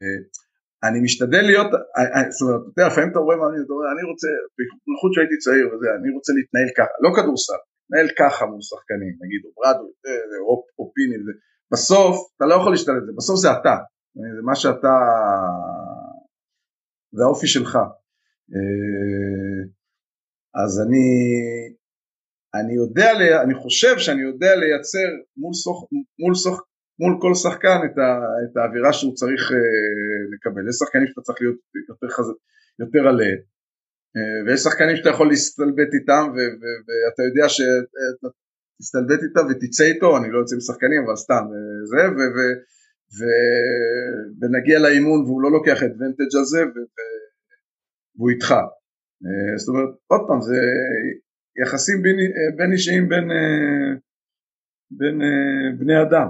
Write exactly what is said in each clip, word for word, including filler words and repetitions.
אני משתדל להיות, זאת אומרת, אתה יודע, לפעמים אתה רואה מה אני אומר, אני רוצה, בייחוד שהייתי צעיר, אני רוצה להתנהל ככה, לא כדורסל, להתנהל ככה מול שחקנים, נגיד, או ברד, או פיני, בסוף, אתה לא יכול להשתדל את זה, בסוף זה אתה, זה מה שאתה, זה האופי שלך, אז אני, אני יודע, אני חושב שאני יודע לייצר מול סוך, מול סוך, מול כל שחקן את, ה, את האווירה שהוא צריך uh, לקבל. יש שחקנים שאתה צריך להיות יותר, חז... יותר עלה, uh, ויש שחקנים שאתה יכול להסתלבט איתם, ו- ו- ואתה יודע שאתה תסתלבט איתם ותצא איתו, אני לא יוצא משחקנים, אבל סתם, זה, ו- ו- ו- ונגיע לאימון, והוא לא לוקח advantage על זה, ו- ו- והוא איתך. Uh, זאת אומרת, עוד פעם, זה יחסים בין, בין אישיים בין, uh, בין uh, בני אדם.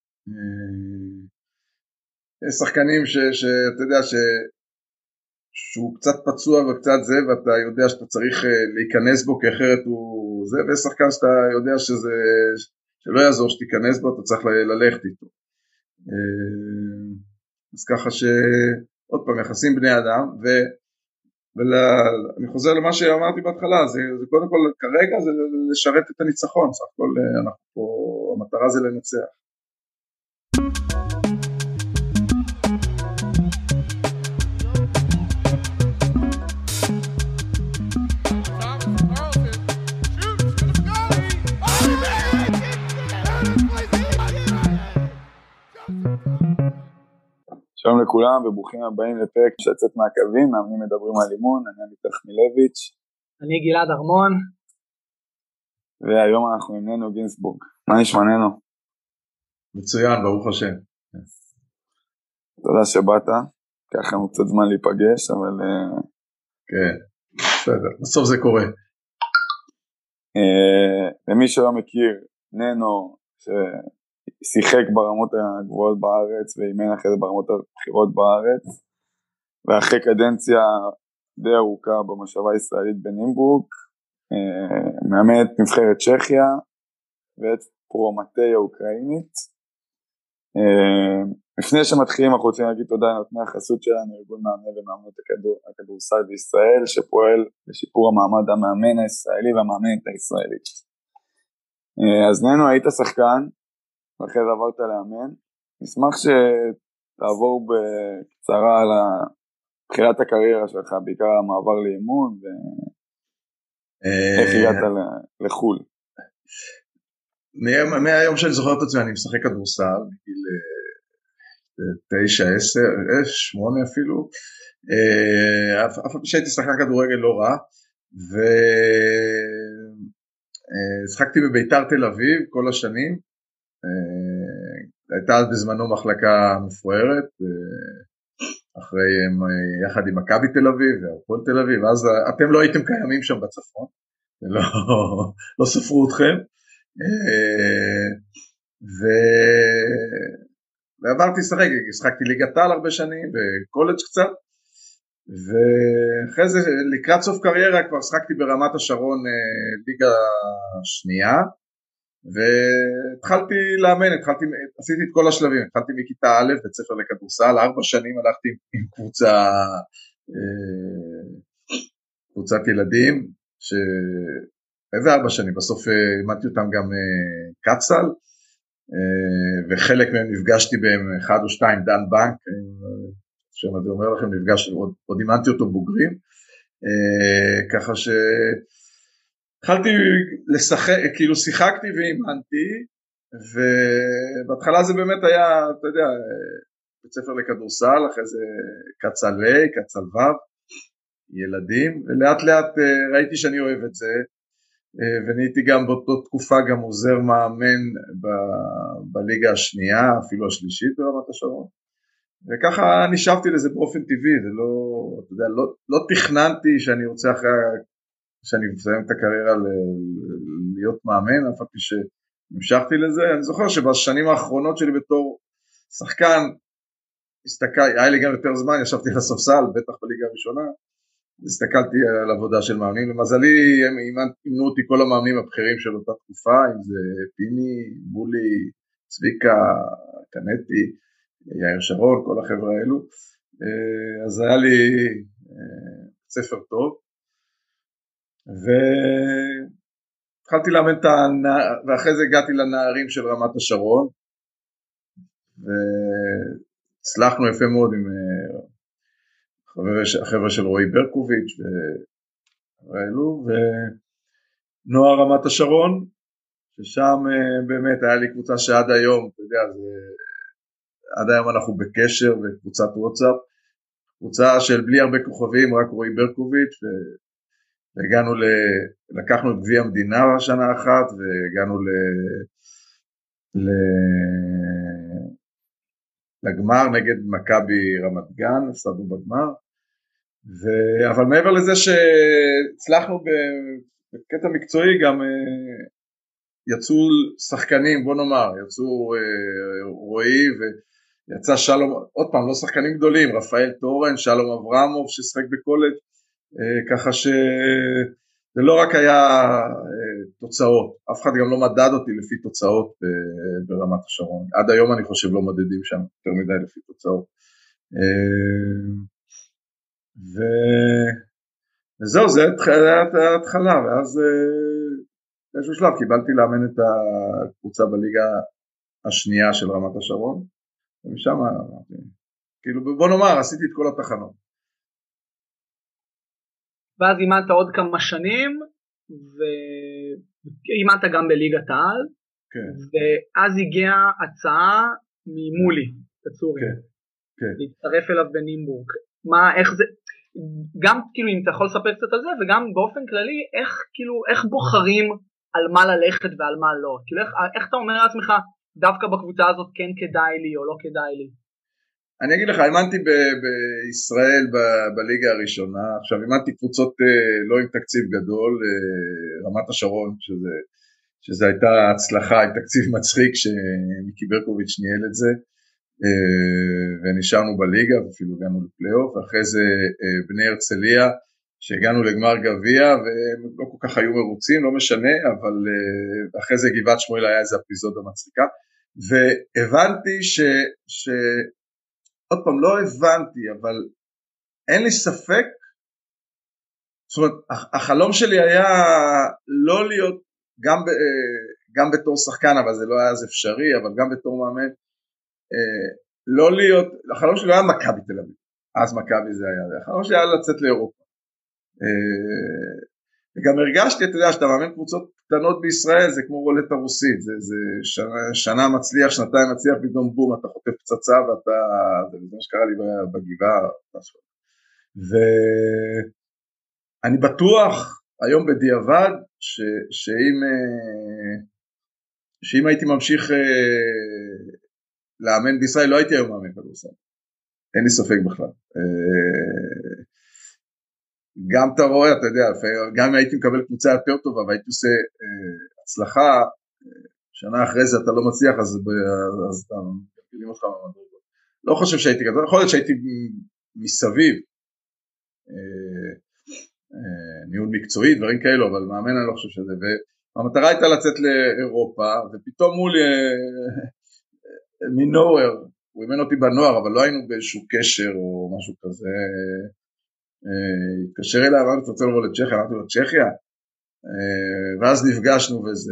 יש שחקנים שאתה יודע ש... שהוא קצת פצוע וקצת זה, ואתה יודע שאתה צריך להיכנס בו, כי אחרת הוא זה, ויש שחקן שאתה יודע שזה, שלא יעזור שתיכנס בו, אתה צריך ללכת איתו. אז ככה שעוד פעם, יחסים בני אדם, ו... ואני חוזר למה שאמרתי בהתחלה, זה, זה קודם כל כרגע זה לשרת את הניצחון, סך הכל אנחנו פה, המטרה זה לנצח. שלום לכולם וברוכים הבאים לפרק שיצאת מהקווים, מאמנים מדברים על אימון, אני עמית חמילביץ'. אני גלעד ארמון. והיום אנחנו עם ננו גינסבורג. מה נשמע ננו? מצוין, ברוך השם. תודה שבאת, ככה לנו קצת זמן להיפגש, אבל... כן, בסדר, בסוף זה קורה. למי שלא מכיר, ננו, ש... שיחק ברמות הגבוהות בארץ ואימן אחרי זה ברמות הבכירות בארץ, ואחרי קדנציה די ארוכה במושבה הישראלית בנימבורג, מאמן את נבחרת צ'כיה ואת פרומטאי האוקראינית. לפני שמתחילים אנחנו רוצים להגיד תודה לנותני החסות שלנו, ארגון מאמני ומאמנות הכדור, הכדורסל בישראל, שפועל לשיפור המעמד המאמן הישראלי והמאמנת הישראלית. אז ננו, היית שחקן ואחרי זה עברת לאמן, נשמח שתעבור בקצרה על תחילת הקריירה שלך, בעיקר המעבר לאימון, ואיך הגעת לחול. מהיום שאני זוכר את עצמי, אני משחק כדורסל, בגיל תשע, עשר, שמונה אפילו, אף פעם שהייתי שחקן כדורגל לא רע, ושחקתי בביתר תל אביב כל השנים, הייתה אז בזמנו מחלקה מפוארת, אחרי, יחד עם מכבי תל אביב והפועל תל אביב, אז אתם לא הייתם קיימים שם בצפון, לא, לא ספרו אתכם, ו... ועברתי לשחק, שחקתי ליגת העל הרבה שנים, וקולג' קצת, ואחרי זה לקראת סוף קריירה כבר שחקתי ברמת השרון ליגה שנייה, והתחלתי לאמן, התחלתי, עשיתי את כל השלבים, התחלתי מכיתה א' בית ספר לכדורסל, ארבע שנים הלכתי עם קבוצה, קבוצת ילדים, ש... איזה ארבע שנים, בסוף אימנתי אותם גם קצל, וחלק מהם נפגשתי בהם אחד או שתיים, דן בנק, שאני אומר לכם, נפגש, עוד, עוד אימנתי אותו בוגרים, ככה ש... התחלתי לשחק, כאילו שיחקתי ואימנתי, ובהתחלה זה באמת היה, אתה יודע, בית ספר לכדורסל, אחרי זה קצלי, קצלבב, ילדים, ולאט לאט ראיתי שאני אוהב את זה, ונהייתי גם באותה תקופה גם עוזר מאמן ב- בליגה השנייה, אפילו השלישית ברמת השרון, וככה נשאבתי לזה באופן טבעי, זה לא, אתה יודע, לא, לא תכננתי שאני רוצה אחרי, שאני מסיים את הקריירה להיות מאמן, אף פעם שנמשכתי לזה. אני זוכר שבשנים האחרונות שלי בתור שחקן, הסתכל, היה לי גם יותר זמן, ישבתי לספסל, בטח בליגה הראשונה, הסתכלתי על עבודה של מאמנים, למזלי הם אימנו אותי כל המאמנים הבכירים של אותה תקופה, אם זה פיני, מולי, צביקה, קנטי, יאיר שרון, כל החבר'ה האלו, אז היה לי ספר טוב, והתחלתי לאמן את הנער, ואחרי זה הגעתי לנערים של רמת השרון, והצלחנו יפה מאוד עם החבר'ה של רועי ברקוביץ' ואלו, ונוער רמת השרון, ששם באמת היה לי קבוצה שעד היום, אתה יודע, זה, עד היום אנחנו בקשר בקבוצת וואטסאפ, קבוצה של בלי הרבה כוכבים, רק רועי ברקוביץ', והגענו, ל... לקחנו את גביע המדינה בשנה אחת, והגענו ל... ל... לגמר נגד מכבי רמת גן, הפסדנו בגמר, ו... אבל מעבר לזה שהצלחנו בקטע מקצועי גם יצאו שחקנים, בוא נאמר, יצאו רועי ויצא שלום, עוד פעם, לא שחקנים גדולים, רפאל טורן, שלום אברמוב ששחק בקולג', ככה שזה לא רק היה תוצאות, אף אחד גם לא מדד אותי לפי תוצאות ברמת השרון, עד היום אני חושב לא מדדים שם יותר מדי לפי תוצאות, ו... וזהו, זה היה התחלה, ואז באיזשהו שלב קיבלתי לאמן את הקבוצה בליגה השנייה של רמת השרון, ומשם, כאילו בוא נאמר, עשיתי את כל התחנות. ואז אימנת עוד כמה שנים, ואימנת גם בליגת העל, כן. ואז הגיעה הצעה ממולי, תצורי, כן, כן. להצטרף אליו בנימבורג. מה, איך זה, גם כאילו אם אתה יכול לספר קצת על זה, וגם באופן כללי, איך כאילו, איך בוחרים על מה ללכת ועל מה לא, כאילו איך, איך אתה אומר לעצמך, דווקא בקבוצה הזאת כן כדאי לי או לא כדאי לי? אני אגיד לך, אימנתי ב- בישראל ב- בליגה הראשונה, עכשיו אימנתי קבוצות לא עם תקציב גדול, רמת השרון, שזה, שזה הייתה הצלחה עם תקציב מצחיק, שמיקי ברקוביץ' ניהל את זה, ונשארנו בליגה, ואפילו הגענו לפלייאוף, ואחרי זה בני הרצליה, שהגענו לגמר גביע, והם לא כל כך היו מרוצים, לא משנה, אבל אחרי זה גבעת שמואל היה איזו אפיזודה מצחיקה, והבנתי ש... ש... עוד פעם, לא הבנתי, אבל אין לי ספק, זאת אומרת, החלום שלי היה לא להיות, גם, גם בתור שחקן, אבל זה לא היה אז אפשרי, אבל גם בתור מאמן, לא להיות, החלום שלי לא היה מכבי תל אביב, אז מכבי זה היה, החלום שלי היה לצאת לאירופה. וגם הרגשתי, אתה יודע, שאתה מאמן קבוצות קטנות בישראל, זה כמו רולטה רוסית, זה, זה שנה, שנה מצליח, שנתיים מצליח, פתאום בום, אתה חוטף פצצה, ואתה, זה מה שקרה לי בגבעה, ואני בטוח, היום בדיעבד, ש, שאם, שאם הייתי ממשיך לאמן בישראל, לא הייתי היום מאמן כדורסל, אין לי ספק בכלל. גם אתה רואה, אתה יודע, גם אם הייתי מקבל קבוצה יותר טובה, והייתי עושה אה, הצלחה, שנה אחרי זה אתה לא מצליח, אז, אז אתה מפילים אותך במדרגות. לא חושב שהייתי כזה, יכול להיות שהייתי מסביב, אה, אה, ניהול מקצועי, דברים כאלו, אבל מאמן אני לא חושב שזה, והמטרה הייתה לצאת לאירופה, ופתאום מול אה, מנוער, הוא אימן אותי בנוער, אבל לא היינו באיזשהו קשר או משהו כזה, התקשר אליי, אמרתי, אתה רוצה לבוא לצ'כיה? אמרתי לו, צ'כיה? ואז נפגשנו וזה,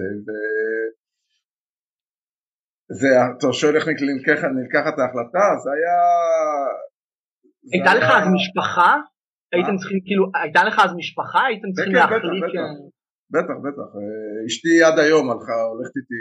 ואתה שואל איך נלקחת ההחלטה, זה היה... הייתה לך אז משפחה? הייתם צריכים, כאילו, הייתה לך אז משפחה? הייתם צריכים להחליט... בטח, בטח, אשתי עד היום הלכה, הולכת איתי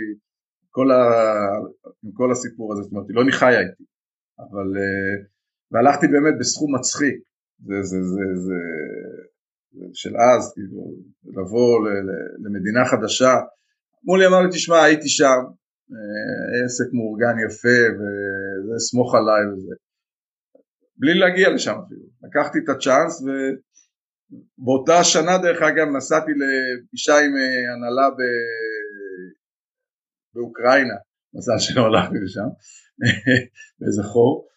עם כל הסיפור הזה, זאת אומרת, היא לא נחיה איתי, אבל, והלכתי באמת בסכום מצחיק, זה, זה, זה, זה, זה של אז, כאילו, לבוא למדינה חדשה, מולי אמר לי, תשמע, הייתי שם, עסק מאורגן יפה, וזה סמוך עליי וזה, בלי להגיע לשם אפילו, לקחתי את הצ'אנס, ובאותה שנה דרך אגב, נסעתי לפגישה עם הנהלה ב... באוקראינה, מזל שלא הלכתי לשם, באיזה חור,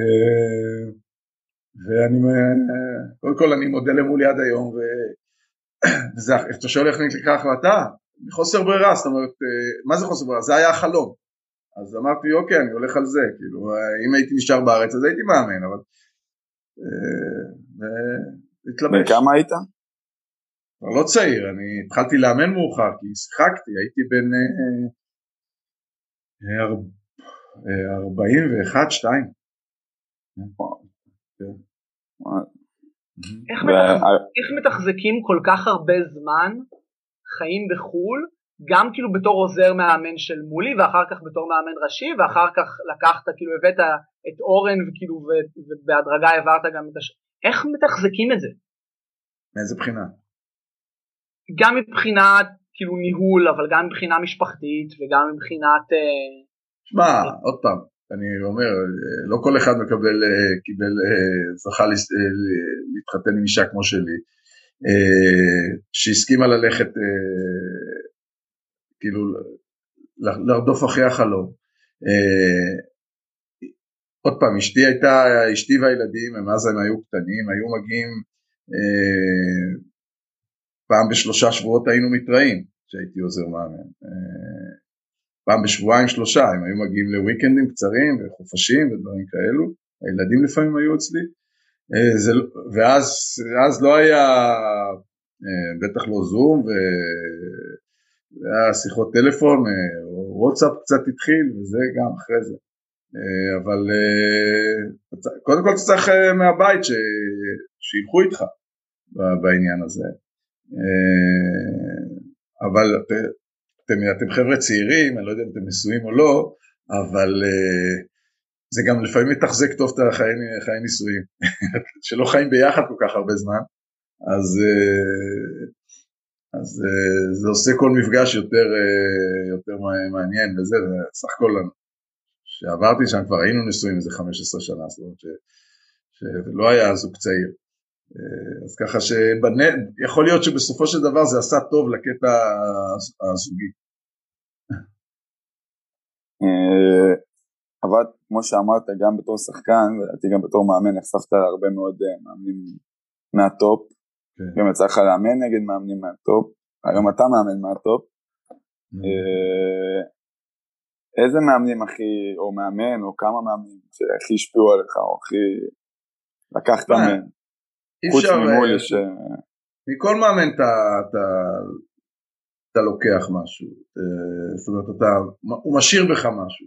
ואני, קודם כל אני מודה למולי עד היום, וזה, אתה שואל איך נקרא החלטה? מחוסר ברירה, זאת אומרת, מה זה חוסר ברירה? זה היה החלום, אז אמרתי, אוקיי, אני הולך על זה, כאילו, אם הייתי נשאר בארץ, אז הייתי מאמן, אבל... בן כמה היית? כבר לא צעיר, אני התחלתי לאמן מאוחר, כי שיחקתי, הייתי בין ארבעים ואחת שתיים. איך מתחזקים כל כך הרבה זמן חיים בחול, גם כאילו בתור עוזר מאמן של מולי, ואחר כך בתור מאמן ראשי, ואחר כך לקחת, כאילו הבאת את אורן, וכאילו, ובהדרגה העברת גם את הש... איך מתחזקים את זה? מאיזה בחינה? גם מבחינת, כאילו, ניהול, אבל גם מבחינה משפחתית, וגם מבחינת... שמע, עוד פעם, אני אומר, לא כל אחד מקבל, קיבל, זכה להתחתן עם אישה כמו שלי, שהסכימה ללכת, כאילו, לרדוף אחרי החלום. עוד פעם, אשתי הייתה, אשתי והילדים, אז הם היו קטנים, היו מגיעים, פעם בשלושה שבועות היינו מתראים, שהייתי עוזר מאמן. פעם בשבועיים שלושה, הם היו מגיעים לוויקנדים קצרים וחופשים ודברים כאלו, הילדים לפעמים היו אצלי, זה, ואז אז לא היה, בטח לא זום, והיה שיחות טלפון, וואטסאפ קצת התחיל, וזה גם אחרי זה. אבל קודם כל צריך מהבית ש, שילכו איתך בעניין הזה. אבל אתם, אתם חבר'ה צעירים, אני לא יודע אם אתם נשואים או לא, אבל זה גם לפעמים מתחזק טוב את החיי, חיי נישואים, שלא חיים ביחד כל כך הרבה זמן, אז, אז זה עושה כל מפגש יותר, יותר מעניין, וזה סך הכל שעברתי שם כבר היינו נשואים איזה חמש עשרה שנה, זאת אומרת ש, שלא היה זוג צעיר. אז ככה שיכול להיות שבסופו של דבר זה עשה טוב לקטע הזוגי. אבל כמו שאמרת, גם בתור שחקן, ולדעתי גם בתור מאמן, נחשפת להרבה מאוד מאמנים מהטופ, גם יצא לך לאמן נגד מאמנים מהטופ, היום אתה מאמן מהטופ. איזה מאמנים הכי, או מאמן, או כמה מאמנים שהכי השפיעו עליך, או הכי לקחת מהם? חוץ ממולי ש... מכל מאמן אתה, אתה, אתה לוקח משהו, זאת אומרת, אתה, הוא משאיר בך משהו.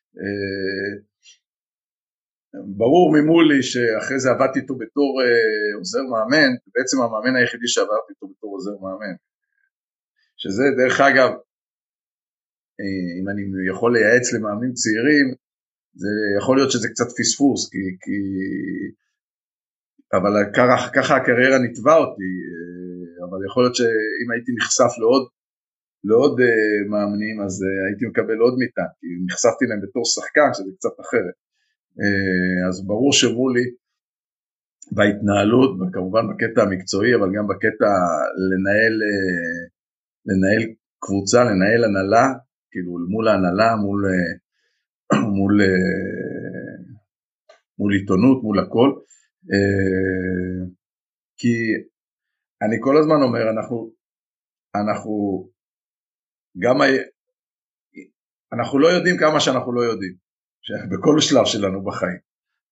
ברור ממולי שאחרי זה עבדתי איתו בתור עוזר מאמן, בעצם המאמן היחידי שעברתי איתו בתור עוזר מאמן. שזה דרך אגב, אם אני יכול לייעץ למאמנים צעירים, זה יכול להיות שזה קצת פספוס, כי... כי אבל ככה הקריירה נטבע אותי, אבל יכול להיות שאם הייתי נחשף לעוד, לעוד מאמנים, אז הייתי מקבל עוד מיטה, כי נחשפתי להם בתור שחקן, שזה קצת אחרת. אז ברור שמולי, בהתנהלות, כמובן בקטע המקצועי, אבל גם בקטע לנהל, לנהל קבוצה, לנהל הנהלה, כאילו מול ההנהלה, מול, מול, מול עיתונות, מול הכל, כי אני כל הזמן אומר, אנחנו, אנחנו גם, אנחנו לא יודעים כמה שאנחנו לא יודעים, בכל שלב שלנו בחיים,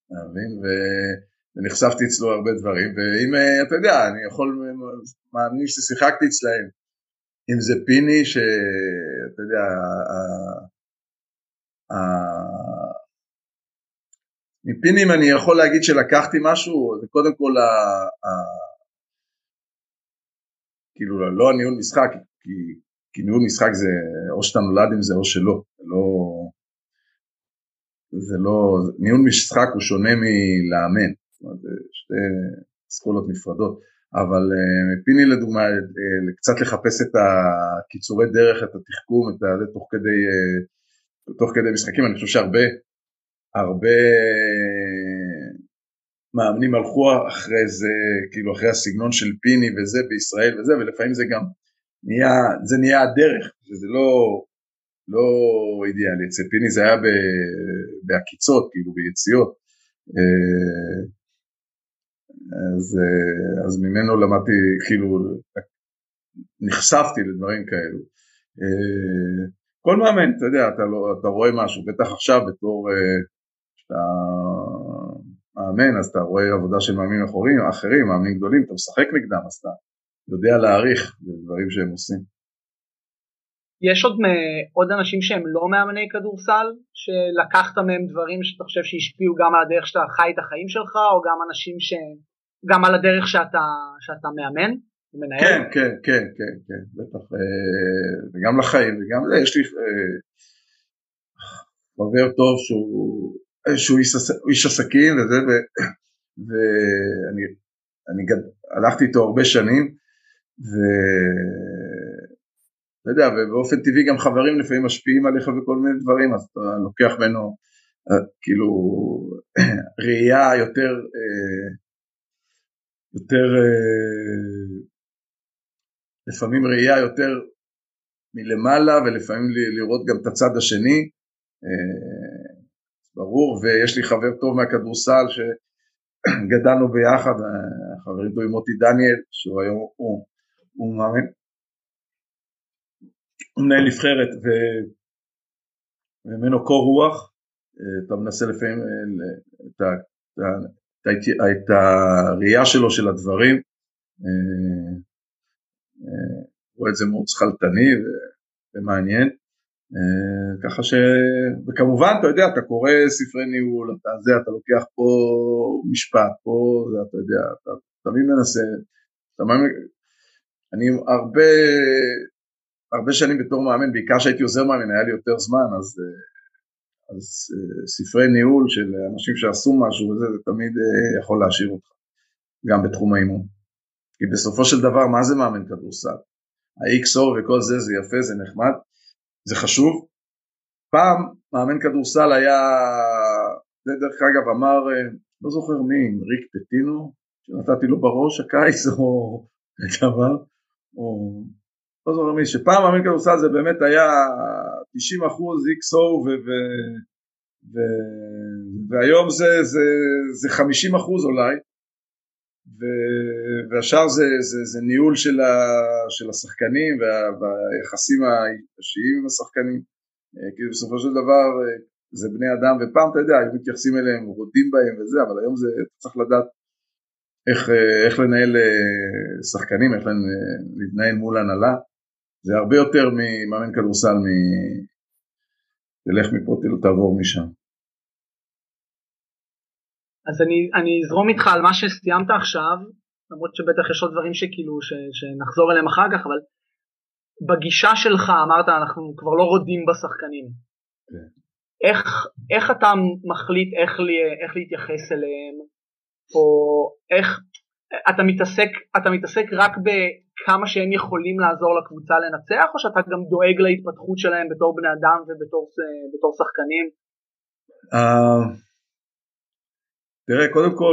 ונחשפתי אצלו הרבה דברים, ואם אתה יודע, אני יכול, מאמין ששיחקתי אצלהם, אם זה פיני, שאתה יודע, מפינים אני יכול להגיד שלקחתי משהו, זה קודם כל, ה, ה, כאילו לא הניהול משחק, כי, כי ניהול משחק זה או שאתה נולד עם זה או שלא, זה לא, זה לא, ניהול משחק הוא שונה מלאמן, זאת אומרת, שתי אסכולות נפרדות, אבל מפיני לדוגמה, קצת לחפש את הקיצורי דרך, את התחכום, את זה תוך כדי, תוך כדי משחקים, אני חושב שהרבה, הרבה מאמנים הלכו אחרי זה, כאילו אחרי הסגנון של פיני וזה בישראל וזה, ולפעמים זה גם נהיה, זה נהיה הדרך, שזה לא, לא אידיאלי, אצל פיני זה היה בהקיצות, כאילו ביציאות, אז, אז ממנו למדתי, כאילו, נחשפתי לדברים כאלו, כל מאמן, אתה יודע, אתה, לא, אתה רואה משהו, בטח עכשיו בתור שאתה מאמן, אז אתה רואה עבודה של מאמנים אחרים, אחרים, מאמנים גדולים, אתה משחק נגדם, אז אתה יודע להעריך דברים שהם עושים. יש עוד, עוד אנשים שהם לא מאמני כדורסל, שלקחת מהם דברים שאתה חושב שהשפיעו גם על הדרך שאתה חי את החיים שלך, או גם אנשים ש... גם על הדרך שאתה, שאתה מאמן? מנהל? כן, כן, כן, כן, כן, בטח, וגם לחיים, וגם זה, יש לי חבר טוב שהוא, שהוא איש עסקים, וזה, ואני אני הלכתי איתו הרבה שנים, ואתה יודע, ובאופן טבעי גם חברים לפעמים משפיעים עליך וכל מיני דברים, אז אתה לוקח ממנו, כאילו, ראייה יותר, יותר, לפעמים ראייה יותר מלמעלה, ולפעמים לראות גם את הצד השני, ברור, ויש לי חבר טוב מהכדורסל, שגדלנו ביחד, חברים טובים מוטי דניאל, שהוא היום, הוא, הוא מאמן, הוא מנהל נבחרת, ו... וממנו קור רוח, אתה מנסה לפעמים את, ה... את, ה... את הראייה שלו של הדברים, רואה את זה מאוד שחלטני ומעניין, ככה ש... וכמובן אתה יודע, אתה קורא ספרי ניהול, אתה, זה, אתה לוקח פה משפט, פה זה, אתה יודע, אתה תמיד מנסה, תמיד... אני הרבה, הרבה שנים בתור מאמן, בעיקר שהייתי עוזר מאמן, היה לי יותר זמן, אז, אז ספרי ניהול של אנשים שעשו משהו וזה, זה תמיד יכול להשאיר אותך, גם בתחום האימון. כי בסופו של דבר, מה זה מאמן כדורסל? ה-אקס או וכל זה, זה יפה, זה נחמד, זה חשוב. פעם, מאמן כדורסל היה, זה דרך אגב אמר, לא זוכר מי, ריק פטינו, שנתתי לו בראש הקיץ, או את אמר, או לא זוכר מי, שפעם מאמן כדורסל זה באמת היה תשעים אחוז אקס או, ו, ו, ו, והיום זה, זה, זה חמישים אחוז אולי, והשאר זה, זה, זה ניהול של, ה, של השחקנים וה, והיחסים האישיים עם השחקנים, כי בסופו של דבר זה בני אדם, ופעם אתה יודע, היו מתייחסים אליהם, רודים בהם וזה, אבל היום זה צריך לדעת איך, איך לנהל שחקנים, איך להתנהל מול הנהלה, זה הרבה יותר ממאמן כדורסל, מ... תלך מפה, תעבור משם. אז אני, אני אזרום איתך על מה שסיימת עכשיו, למרות שבטח יש עוד דברים שכאילו, ש, שנחזור אליהם אחר כך, אבל בגישה שלך אמרת, אנחנו כבר לא רודים בשחקנים. כן. איך, איך אתה מחליט איך, לי, איך להתייחס אליהם, או איך, אתה מתעסק, אתה מתעסק רק בכמה שהם יכולים לעזור לקבוצה לנצח, או שאתה גם דואג להתפתחות שלהם בתור בני אדם ובתור בתור שחקנים? Uh... תראה, קודם כל,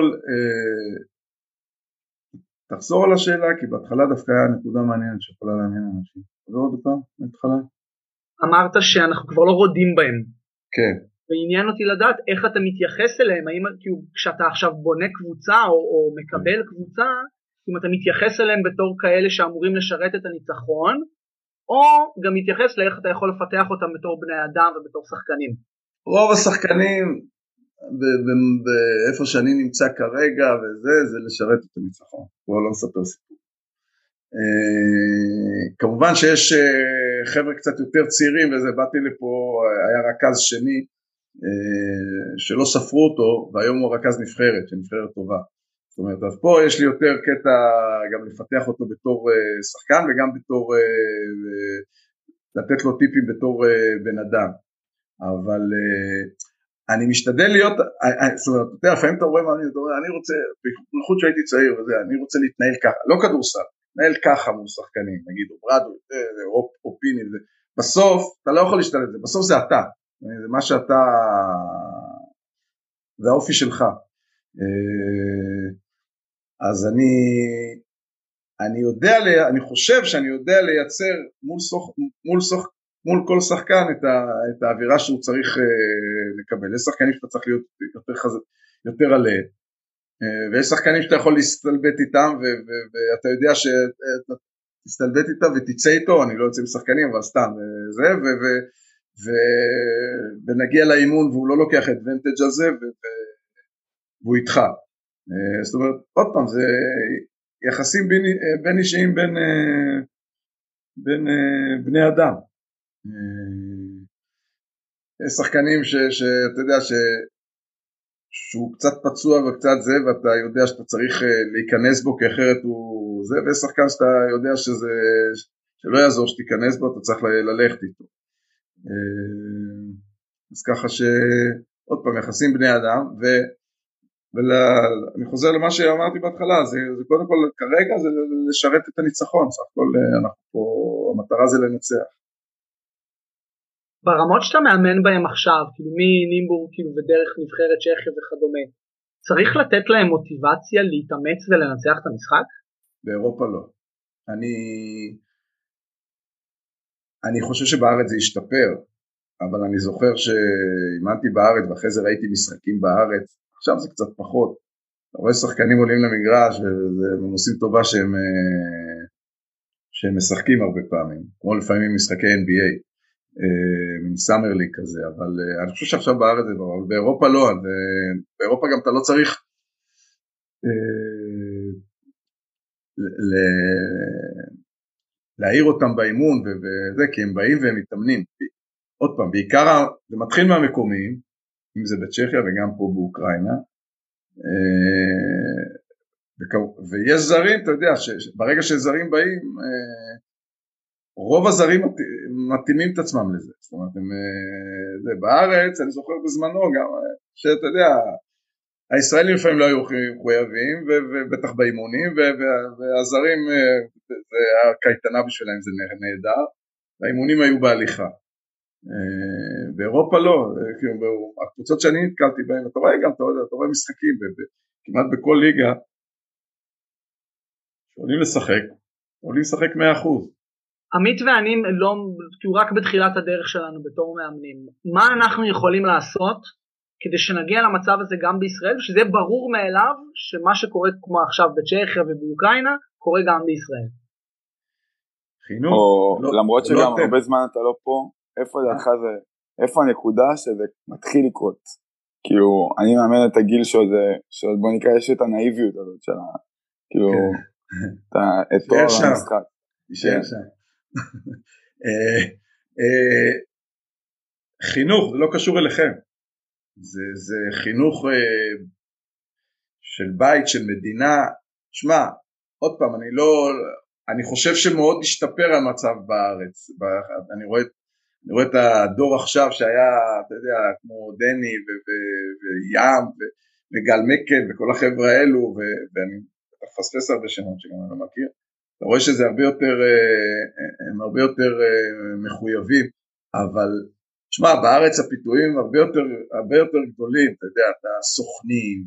תחזור על השאלה, כי בהתחלה דווקא היה נקודה מעניינת שיכולה לעניין אנשים. תחזור עוד פעם, בהתחלה. אמרת שאנחנו כבר לא רודים בהם. כן. ועניין אותי לדעת איך אתה מתייחס אליהם, האם כשאתה עכשיו בונה קבוצה או, או מקבל קבוצה, אם אתה מתייחס אליהם בתור כאלה שאמורים לשרת את הניצחון, או גם מתייחס לאיך אתה יכול לפתח אותם בתור בני אדם ובתור שחקנים. רוב השחקנים... באיפה שאני נמצא כרגע וזה, זה לשרת את הניצחון, בואו לא נספר סיפור. כמובן שיש חבר'ה קצת יותר צעירים, וזה באתי לפה, היה רכז שני שלא ספרו אותו, והיום הוא רכז נבחרת, שנבחרת טובה. זאת אומרת, אז פה יש לי יותר קטע גם לפתח אותו בתור שחקן, וגם בתור, לתת לו טיפים בתור בן אדם. אבל אני משתדל להיות, זאת אומרת, אתה יודע, לפעמים אתה רואה מה אני אומר, אני רוצה, בייחוד שהייתי צעיר וזה, אני רוצה להתנהל ככה, לא כדורסל, להתנהל ככה מול שחקנים, נגיד, או ברד, או פיני, בסוף, אתה לא יכול להשתדל את זה, בסוף זה אתה, זה מה שאתה, זה האופי שלך, אז אני, אני יודע, אני חושב שאני יודע לייצר מול סוך, מול סוך, מול כל שחקן את, ה, את האווירה שהוא צריך uh, לקבל. יש שחקנים שאתה צריך להיות יותר, חז... יותר עלה, uh, ויש שחקנים שאתה יכול להסתלבט איתם, ו- ו- ואתה יודע שאתה תסתלבט איתה ותצא איתו, אני לא יוצא משחקנים, אבל סתם, זה, ו, ו, ו, ונגיע לאימון, והוא לא לוקח advantage על זה, ו, ו, והוא איתך. זאת אומרת, עוד פעם, זה יחסים בין, בין אישיים, בין, בין בני אדם. יש שחקנים ש, שאתה יודע, ש, שהוא קצת פצוע וקצת זה, ואתה יודע שאתה צריך להיכנס בו, כי אחרת הוא זה, ויש שחקן שאתה יודע שזה, שלא יעזור שתיכנס בו, אתה צריך ללכת איתו. אז ככה שעוד פעם, יחסים בני אדם, ו, ואני חוזר למה שאמרתי בהתחלה, זה, זה קודם כל, כרגע זה לשרת את הניצחון, סך הכל אנחנו פה, המטרה זה לנצח. ברמות שאתה מאמן בהם עכשיו, כאילו מנימבורג כאילו ודרך נבחרת צ'כיה וכדומה, צריך לתת להם מוטיבציה להתאמץ ולנצח את המשחק? באירופה לא. אני, אני חושב שבארץ זה ישתפר, אבל אני זוכר שאימנתי בארץ ואחרי זה ראיתי משחקים בארץ, עכשיו זה קצת פחות. אתה רואה שחקנים עולים למגרש והם עושים טובה שהם, שהם משחקים הרבה פעמים, כמו לפעמים משחקי אן בי איי. מין סאמר ליג כזה, אבל אני חושב שעכשיו בארץ זה ברור, אבל באירופה לא, באירופה גם אתה לא צריך להעיר אותם באימון וזה, כי הם באים והם מתאמנים. עוד פעם, בעיקר זה מתחיל מהמקומיים, אם זה בצ'כיה וגם פה באוקראינה, ויש זרים, אתה יודע, ברגע שזרים באים, רוב הזרים מתאימים את עצמם לזה, זאת אומרת, הם, זה, בארץ, אני זוכר בזמנו גם, שאתה יודע, הישראלים לפעמים לא היו מחויבים, ובטח באימונים, והזרים, זה הקייטנה בשבילהם, זה נהדר, והאימונים היו בהליכה. באירופה לא, הקבוצות שאני נתקלתי בהן, אתה רואה גם, אתה רואה משחקים, כמעט בכל ליגה, שעולים לשחק, עולים לשחק מאה אחוז. עמית ואני לא, כאילו רק בתחילת הדרך שלנו בתור מאמנים, מה אנחנו יכולים לעשות כדי שנגיע למצב הזה גם בישראל, שזה ברור מאליו שמה שקורה כמו עכשיו בצ'כיה ובאוקראינה, קורה גם בישראל. חינוך. או לא, למרות שגם לא הרבה זמן אתה לא פה, איפה דעתך זה, איפה הנקודה שזה מתחיל לקרות? כאילו, אני מאמן את הגיל שעוד, שעוד בוא נקרא, יש את הנאיביות הזאת של ה, כאילו, את תואר המשחק. יישאר שם. חינוך, זה לא קשור אליכם, זה, זה חינוך של בית, של מדינה. שמע, עוד פעם, אני לא, אני חושב שמאוד השתפר המצב בארץ, אני רואה, אני רואה את הדור עכשיו שהיה, אתה יודע, כמו דני וים וגל מקל וכל החבר'ה האלו, ואני מפספס הרבה שמות שגם אני לא מכיר, אתה רואה שזה הרבה יותר, הם הרבה יותר מחויבים, אבל, תשמע, בארץ הפיתויים הרבה יותר, הרבה יותר גדולים, אתה יודע, אתה סוכנים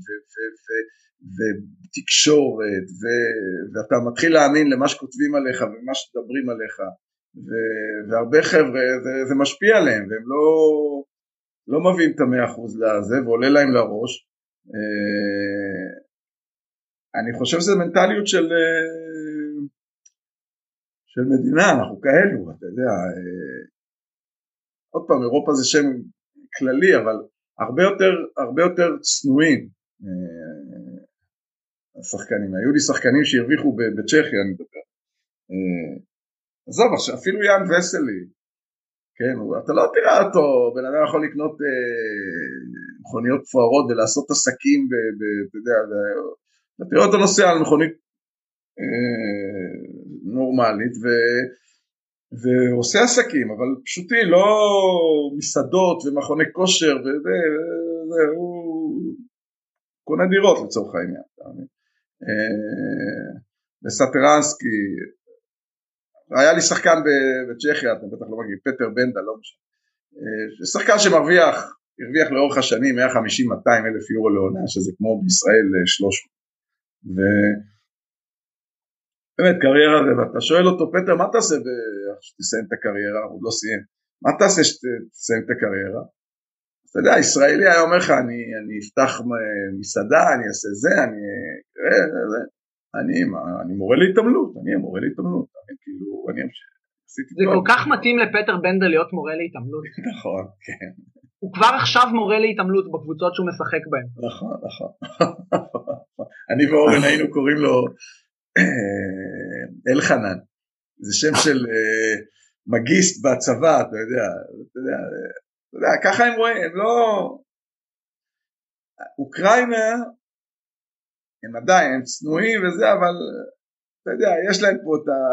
ותקשורת, ואתה מתחיל להאמין למה שכותבים עליך ומה שדברים עליך, והרבה חבר'ה, זה משפיע עליהם, והם לא, לא מביאים את המאה אחוז לזה, ועולה להם לראש. אני חושב שזה מנטליות של... של מדינה, אנחנו כאלו, אתה יודע, עוד פעם, אירופה זה שם כללי, אבל הרבה יותר, הרבה יותר צנועים, השחקנים, היו לי שחקנים שהרוויחו בצ'כיה, אני מדבר, עזוב, אפילו יאן וסלי, כן, אתה לא תראה אותו, בן אדם יכול לקנות מכוניות פוארות ולעשות עסקים, אתה יודע, אתה תראה אותו נוסע על מכונית, נורמלית ו... ועושה עסקים, אבל פשוטי, לא מסעדות ומכוני כושר וזה, וזה, הוא קונה דירות לצורך העניין. וסטרנסקי, היה לי שחקן בצ'כיה, אתה בטח לא מכיר, פטר בנדה, לא משנה, שחקן שמרוויח, הרוויח לאורך השנים מאה וחמישים עד מאתיים אלף יורו לעונה, שזה כמו בישראל שלוש מאות, ו... באמת, קריירה זה, ואתה שואל אותו, פטר, מה תעשה שתסיים את הקריירה? הוא לא סיים. מה תעשה שתסיים את הקריירה? אתה יודע, ישראלי היה אומר לך, אני, אני אפתח מסעדה, אני אעשה זה, אני, אני, אני מורה להתעמלות, אני מורה להתעמלות. אני אמשיך. זה כל כך מתאים לפטר בנדל להיות מורה להתעמלות. נכון, כן. הוא כבר עכשיו מורה להתעמלות בקבוצות שהוא משחק בהן. נכון, נכון. אני ואורן היינו קוראים לו אלחנן. זה שם של מגיסט בצבא, אתה יודע, אתה יודע, אתה יודע, ככה הם רואים, הם לא... אוקראינה, הם עדיין, הם צנועים וזה, אבל אתה יודע, יש להם פה את ה...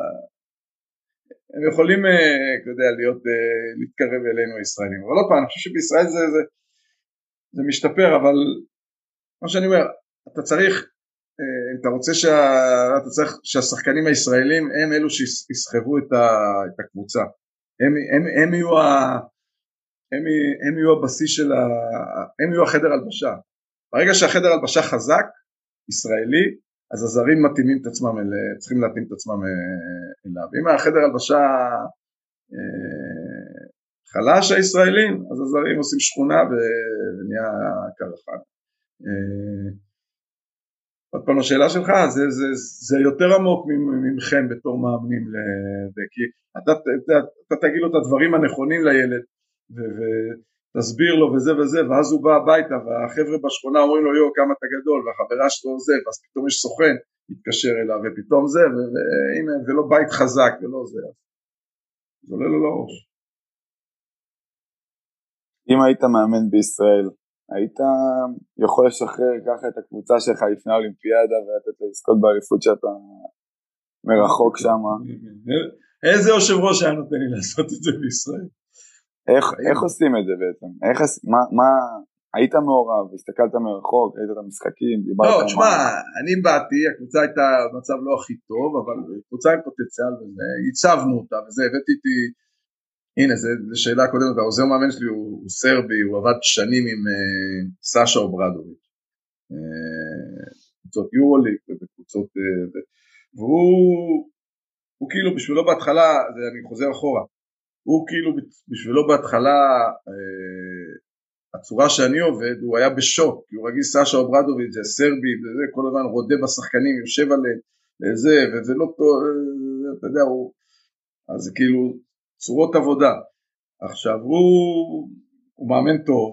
הם יכולים, אתה יודע, להיות, להתקרב אלינו הישראלים, אבל לא פעם, אני חושב שבישראל זה, זה, זה משתפר, אבל מה שאני אומר, אתה צריך, אם אתה רוצה שה, אתה צריך שהשחקנים הישראלים הם אלו שיסחבו את, ה, את הקבוצה, הם, הם, הם יהיו ה... הם, הם יהיו הבסיס של ה... הם יהיו החדר הלבשה. ברגע שהחדר הלבשה חזק, ישראלי, אז הזרים מתאימים את עצמם, אל... צריכים להתאים את עצמם אליו. אם החדר הלבשה חלש הישראלים, אז הזרים עושים שכונה ונהיה קרחן. עוד פעם השאלה שלך, זה, זה, זה יותר עמוק ממכם בתור מאמנים, כי אתה, אתה, אתה תגיד לו את הדברים הנכונים לילד, ותסביר לו וזה וזה, ואז הוא בא הביתה, והחבר'ה בשכונה אומרים לו, יו, כמה אתה גדול, והחברה שלו זה, ואז פתאום יש סוכן, מתקשר אליו, ופתאום זה, והנה, ולא בית חזק, ולא זה, זה עולה לו לראש. אם היית מאמן בישראל, היית יכול לשחרר ככה את הקבוצה שלך לפני האולימפיאדה, ולתת לזכות בעריפות שאתה מרחוק שם? איזה יושב ראש היה נותן לי לעשות את זה בישראל? איך, איך עושים את זה בעצם? איך, מה, מה, היית מעורב, הסתכלת מרחוק, היית את המשחקים, דיברת... לא, תשמע, אני באתי, הקבוצה הייתה במצב לא הכי טוב, אבל קבוצה עם פוטנציאל וזה, הצבנו אותה, וזה, הבאתי איתי, הנה, זו שאלה קודמת, העוזר מאמן שלי הוא, הוא סרבי, הוא עבד שנים עם uh, סאשה אוברדוביץ', uh, קבוצות יורוליג, ובקבוצות, uh, והוא, הוא כאילו בשבילו בהתחלה, אני חוזר אחורה, הוא כאילו בשבילו בהתחלה, אה, הצורה שאני עובד, הוא היה בשוק, כי הוא רגיל סאשה אוברדוביץ', זה סרבי, וזה, כל הזמן רודה בשחקנים, יושב עליהם, וזה, וזה לא טוב, אתה יודע, הוא, אז זה כאילו צורות עבודה. עכשיו, הוא, הוא מאמן טוב,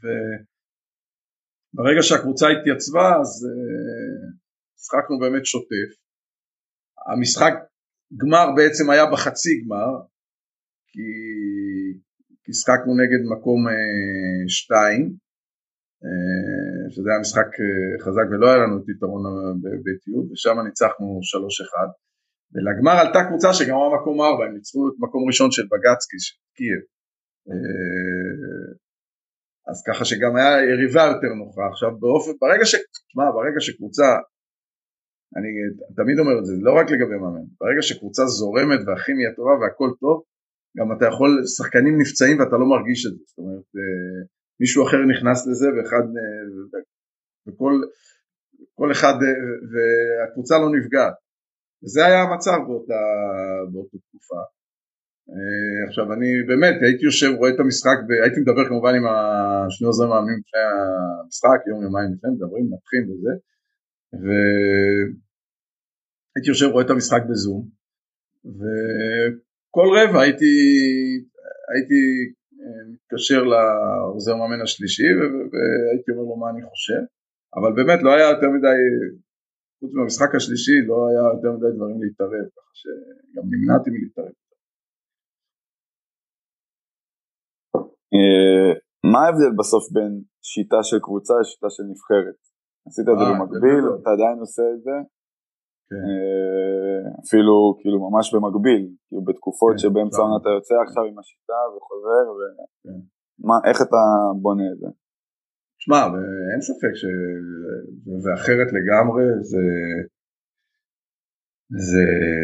וברגע שהקבוצה התייצבה, אז אה, שחקנו באמת שוטף. המשחק גמר בעצם היה בחצי גמר, כי, כי שחקנו נגד מקום אה, שתיים, אה, שזה היה משחק אה, חזק ולא היה לנו את יתרון בביתיות, ושם ניצחנו שלוש אחד, ולגמר עלתה קבוצה שגם היה מקום ארבע, הם ניצחו את מקום ראשון של בגצקי, של קייב, אה, אז ככה שגם היה יריבה יותר נוחה. עכשיו באופן, ברגע ש... תשמע, ברגע שקבוצה, אני תמיד אומר את זה, לא רק לגבי מאמן, ברגע שקבוצה זורמת והכימיה טובה והכל טוב, גם אתה יכול, שחקנים נפצעים ואתה לא מרגיש את זה, זאת אומרת, מישהו אחר נכנס לזה, ואחד, וכל, כל אחד, והקבוצה לא נפגעת. וזה היה המצב באותה, באותה תקופה. עכשיו, אני באמת, הייתי יושב, רואה את המשחק, הייתי מדבר כמובן עם השני עוזרים מאמנים לפני המשחק, יום יומיים לפני, מדברים, נתחים וזה, והייתי יושב, רואה את המשחק בזום, ו... כל רבע הייתי, הייתי מתקשר לעוזר מאמן השלישי, והייתי אומר לו מה אני חושב, אבל באמת לא היה יותר מדי, חוץ מהמשחק השלישי, לא היה יותר מדי דברים להתערב, ככה שגם נמנעתי מלהתערב. מה ההבדל בסוף בין שיטה של קבוצה לשיטה של נבחרת? עשית את זה במקביל, אתה עדיין עושה את זה? אפילו כאילו ממש במקביל, כאילו בתקופות שבאמצע עונה אתה יוצא עכשיו עם השיטה וחוזר, איך אתה בונה את זה? תשמע, אין ספק שזה אחרת לגמרי, זה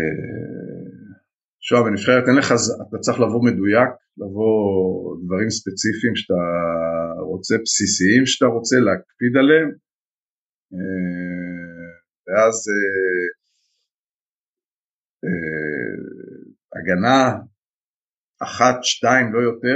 שוב, בנבחרת אין לך, אתה צריך לבוא מדויק, לבוא דברים ספציפיים שאתה רוצה, בסיסיים שאתה רוצה להקפיד עליהם, ואז אה, אה, הגנה אחת, שתיים, לא יותר,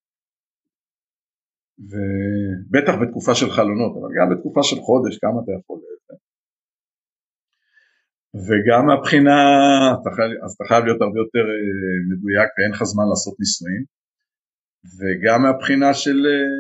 ובטח בתקופה של חלונות, אבל גם בתקופה של חודש, כמה אתה יכול לזה. וגם מהבחינה, אז אתה חייב להיות הרבה יותר מדויק, ואין לך זמן לעשות ניסויים, וגם מהבחינה של,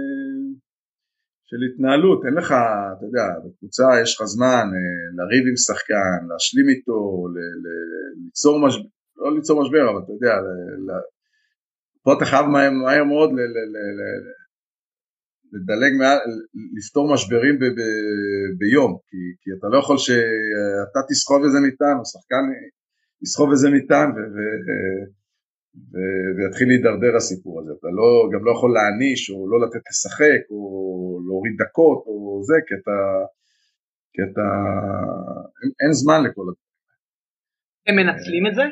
של התנהלות, אין לך, אתה יודע, בקבוצה יש לך זמן לריב עם שחקן, להשלים איתו, ל, ל, ליצור משבר, לא ליצור משבר, אבל אתה יודע, ל, ל, פה אתה חייב מהר מאוד ל, ל, ל, ל, לדלג מעל, לפתור משברים ב, ב, ביום, כי, כי אתה לא יכול שאתה תסחוב איזה מיטן, או שחקן יסחוב איזה מיטן, ו, ו, ו, ויתחיל להידרדר הסיפור הזה, אתה לא, גם לא יכול להעניש, או לא לתת לשחק, או להוריד דקות, או זה, כי אתה, כי אתה, אין, אין זמן לכל הדברים. הם מנצלים את זה?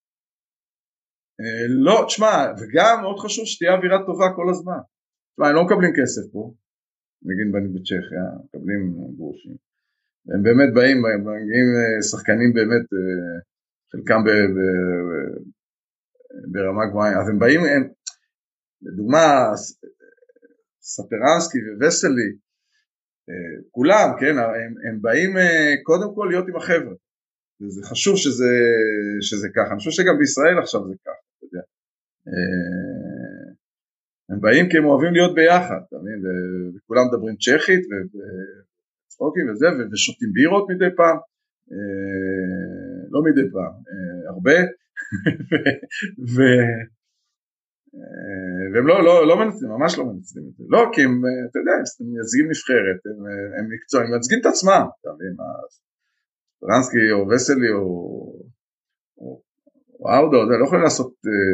לא, תשמע, וגם מאוד חשוב שתהיה אווירה טובה כל הזמן. תשמע, הם לא מקבלים כסף פה, נגיד בנים בצ'כיה, מקבלים גרושים. הם באמת באים, מגיעים שחקנים באמת, חלקם ב, ב, ברמה גבוהה, אז הם באים, הם, לדוגמה, ספרנסקי וווסלי, כולם, כן, הם, הם באים קודם כל להיות עם החבר'ה. זה חשוב שזה, שזה ככה, אני חושב שגם בישראל עכשיו זה ככה, אתה יודע. הם באים כי הם אוהבים להיות ביחד, אתה מבין, וכולם מדברים צ'כית, וצחוקים וזה, ושותים בירות מדי פעם, לא מדי פעם, הרבה, והם לא, לא, לא מנצלים, ממש לא מנצלים את זה, לא, כי הם, אתה יודע, הם מייצגים נבחרת, הם מקצוע, הם מייצגים את עצמם, אתה מבין, ספרנסקי או וסלי או אאודו, לא יכולים לעשות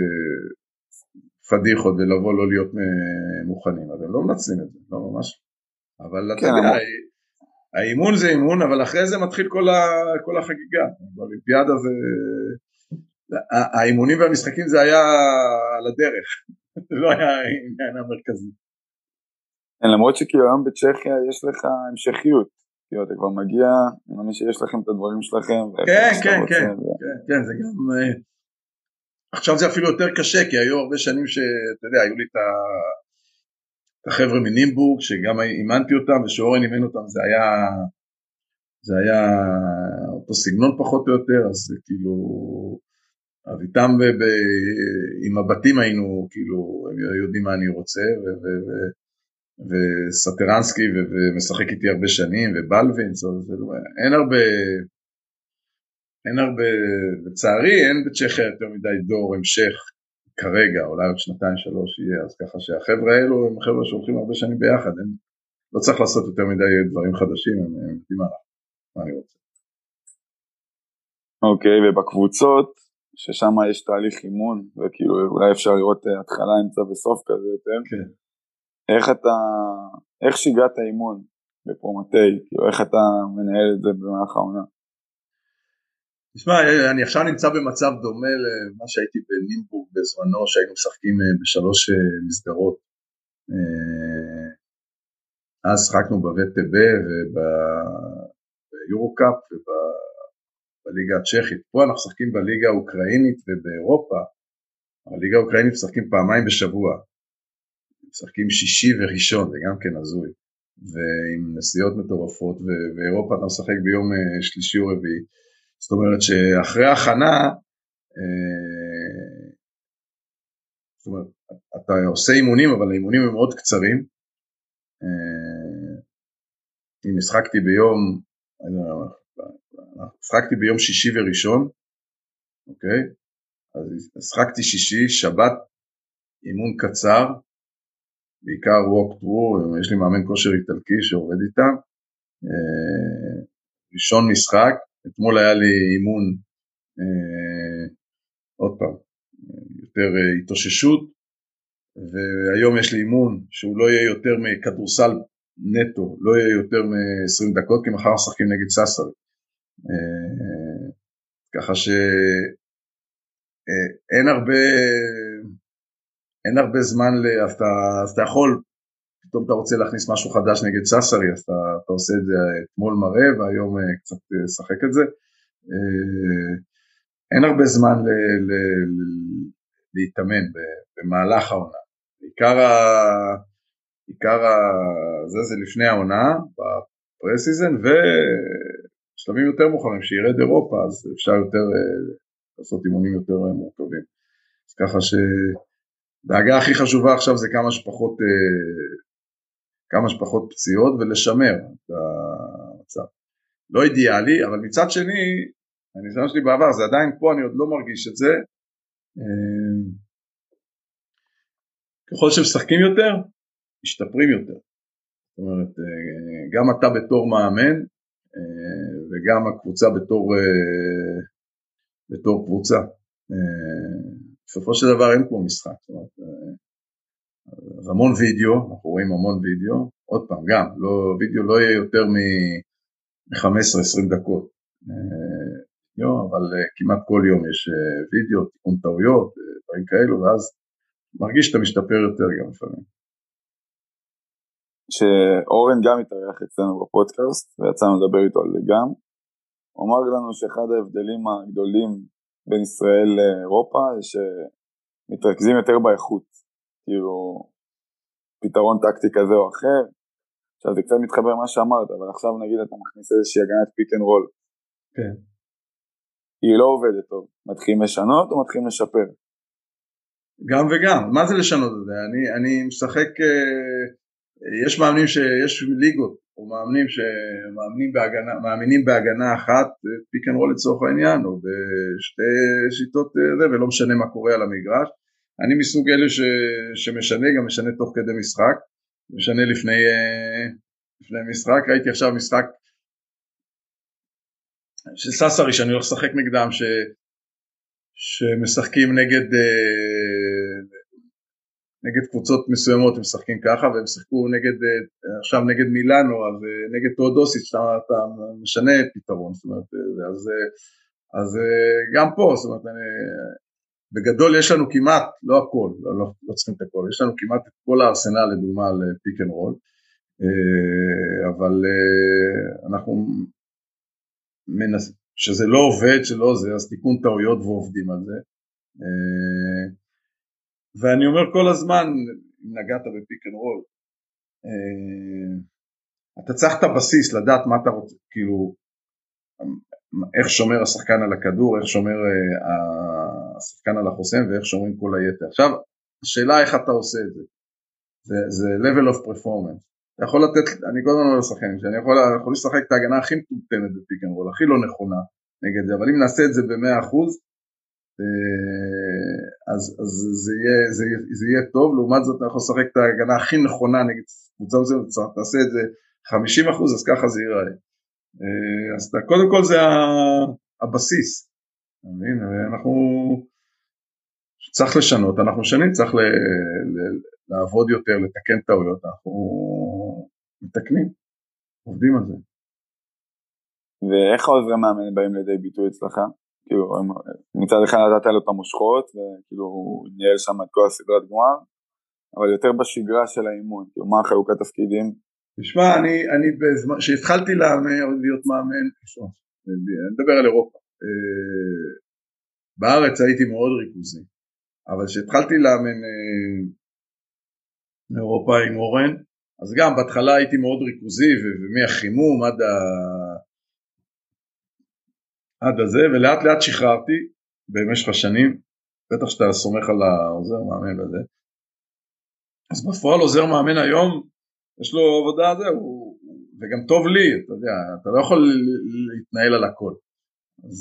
פדיחות ולבוא לא להיות מוכנים, אז הם לא מנצלים את זה, לא ממש. אבל אתה יודע, האימון זה אימון, אבל אחרי זה מתחיל כל החגיגה. באולימפיאדה זה, האימונים והמשחקים זה היה על הדרך, זה לא היה העניין המרכזי. למרות שכאילו היום בצ'כיה יש לך המשכיות, כאילו אתה כבר מגיע, אני מאמין שיש לכם את הדברים שלכם. כן, כן, כן, כן, זה גם... עכשיו זה אפילו יותר קשה, כי היו הרבה שנים שאתה יודע, היו לי את החבר'ה מנימבורג, שגם אימנתי אותם, ושאורן אימן אותם, זה היה, זה היה אותו סגנון פחות או יותר, אז כאילו, אז איתם ב, עם הבתים היינו, כאילו, הם יודעים מה אני רוצה, ו, ו, ו, וסטרנסקי, ו, ומשחק איתי הרבה שנים, ובלווינס, אין הרבה... אין הרבה, לצערי אין בצ'כיה יותר מדי דור המשך כרגע, אולי עוד שנתיים שלוש יהיה, אז ככה שהחבר'ה האלו הם חבר'ה שהולכים הרבה שנים ביחד, הם לא צריך לעשות יותר מדי דברים חדשים, הם יודעים מה אני רוצה. אוקיי, ובקבוצות, ששם יש תהליך אימון, וכאילו אולי אפשר לראות התחלה, אמצע וסוף כזה יותר, כן. איך אתה, איך שיגעת האימון בפרומטי, כאילו איך אתה מנהל את זה במהלך העונה? תשמע, אני עכשיו נמצא במצב דומה למה שהייתי בנימבורג בזמנו, שהיינו משחקים בשלוש מסגרות. אז שחקנו ב-וי-טי-בי וביורוקאפ ובליגה הצ'כית. פה אנחנו משחקים בליגה האוקראינית ובאירופה, הליגה האוקראינית משחקים פעמיים בשבוע. משחקים שישי וראשון, זה גם כן הזוי. ועם נסיעות מטורפות, ובאירופה אתה משחק ביום שלישי או רביעי. זאת אומרת שאחרי ההכנה, זאת אומרת, אתה עושה אימונים, אבל האימונים הם מאוד קצרים. אם שחקתי ביום, שחקתי ביום שישי וראשון, אוקיי? אז שחקתי שישי, שבת, אימון קצר, בעיקר walk through, יש לי מאמן כושר איטלקי שעובד איתם, ראשון משחק, אתמול היה לי אימון, אה, עוד פעם, יותר אה, התאוששות, והיום יש לי אימון שהוא לא יהיה יותר מכדורסל נטו, לא יהיה יותר מ-עשרים דקות, כי מחר משחקים נגד סאסרי. אה, ככה שאין אה, הרבה, אין הרבה זמן, ל... אז, אתה, אז אתה יכול, פתאום אתה רוצה להכניס משהו חדש נגד סאסרי, אז אתה, אתה עושה את זה אתמול מראה, והיום קצת שחק את זה. אין הרבה זמן ל, ל, ל, להתאמן במהלך העונה. עיקר, ה, עיקר ה, זה זה לפני העונה, בפרסיזן, ויש בשלבים יותר מאוחרים, שירד אירופה, אז אפשר יותר לעשות אימונים יותר מורכבים. אז ככה שדאגה הכי חשובה עכשיו זה כמה שפחות, כמה שפחות פציעות ולשמר את המצב. לא אידיאלי, אבל מצד שני, הניסיון שלי בעבר, זה עדיין פה, אני עוד לא מרגיש את זה. ככל שמשחקים יותר, משתפרים יותר. זאת אומרת, גם אתה בתור מאמן, וגם הקבוצה בתור, בתור קבוצה. בסופו של דבר אין פה משחק. זאת אומרת, אז המון וידאו, אנחנו רואים המון וידאו, עוד פעם, גם, לא, וידאו לא יהיה יותר מ-חמש עשרה עשרים דקות. יום, אבל כמעט כל יום יש וידאו, תיקון טעויות, דברים כאלו, ואז מרגיש שאתה משתפר יותר גם לפעמים. שאורן גם התארח אצלנו בפודקאסט, ויצאנו לדבר איתו על זה גם, הוא אמר לנו שאחד ההבדלים הגדולים בין ישראל לאירופה, זה שמתרכזים יותר באיכות, כאילו פתרון טקטי כזה או אחר, עכשיו זה קצת מתחבר מה שאמרת, אבל עכשיו נגיד אתה מכניס איזושהי הגנת פיק אנד רול, כן. היא לא עובדת טוב, מתחילים לשנות או מתחילים לשפר? גם וגם, מה זה לשנות את זה? אני, אני משחק, יש מאמנים שיש ליגות, או מאמנים שמאמנים בהגנה, מאמינים בהגנה אחת, פיק אנד רול לצורך העניין, או בשתי שיטות זה, ולא משנה מה קורה על המגרש. אני מסוג אלה ש, שמשנה, גם משנה תוך כדי משחק, משנה לפני, לפני משחק. ראיתי עכשיו משחק של ססרי שאני הולך לשחק נגדם, ש, שמשחקים נגד, נגד קבוצות מסוימות, הם משחקים ככה, והם שחקו נגד, עכשיו נגד מילאנו, אז נגד תאודוסיץ', אתה, אתה משנה פתרון, זאת אומרת, אז, אז גם פה, זאת אומרת, אני, בגדול יש לנו כמעט, לא הכל, לא, לא, לא צריכים את הכל, יש לנו כמעט את כל הארסנל לדוגמה על פיק אנד רול, אבל אנחנו מנס, שזה לא עובד, שלא זה, אז תיקון טעויות ועובדים על זה. ואני אומר כל הזמן, אם נגעת בפיק אנד רול, אתה צריך את הבסיס, לדעת מה אתה רוצה, כאילו, איך שומר השחקן על הכדור, איך שומר השחקן על החוסם, ואיך שומרים כל היתר. עכשיו, השאלה איך אתה עושה את זה. זה, זה level of performance. אתה יכול לתת, אני קודם לא לשחקן, שאני יכול, יכול לשחק את ההגנה הכי מטומטמת בפיק אנד רול, הכי לא נכונה נגד זה, אבל אם נעשה את זה ב-מאה אחוז, אז, אז זה, יהיה, זה, זה יהיה טוב. לעומת זאת, אתה יכול לשחק את ההגנה הכי נכונה נגד קבוצה מסוימת, תעשה את זה חמישים אחוז, אז ככה זה ייראה. אז קודם כל זה הבסיס. אנחנו צריך לשנות, אנחנו שנים צריך ל, ל, לעבוד יותר, לתקן טעויות, אנחנו מתקנים, עובדים על זה. ואיך העוזרי מאמן באים לידי ביטוי אצלך? כאילו, מצד אחד נתת לו את המושכות, וכאילו הוא ניהל שם את כל הסדרת גמר, אבל יותר בשגרה של האימון, כאילו מה חלוקת תפקידים? תשמע, אני, אני בזמן, שהתחלתי להיות מאמן, אני מדבר על אירופה, בארץ הייתי מאוד ריכוזי, אבל שהתחלתי לאמן אירופה עם אורן, אז גם בהתחלה הייתי מאוד ריכוזי, ומהחימום עד ה... עד הזה, ולאט לאט שחררתי במשך השנים, בטח שאתה סומך על העוזר מאמן וזה. אז בפועל עוזר מאמן היום, יש לו עבודה הזה, הוא, וגם טוב לי, אתה יודע, אתה לא יכול להתנהל על הכל. אז,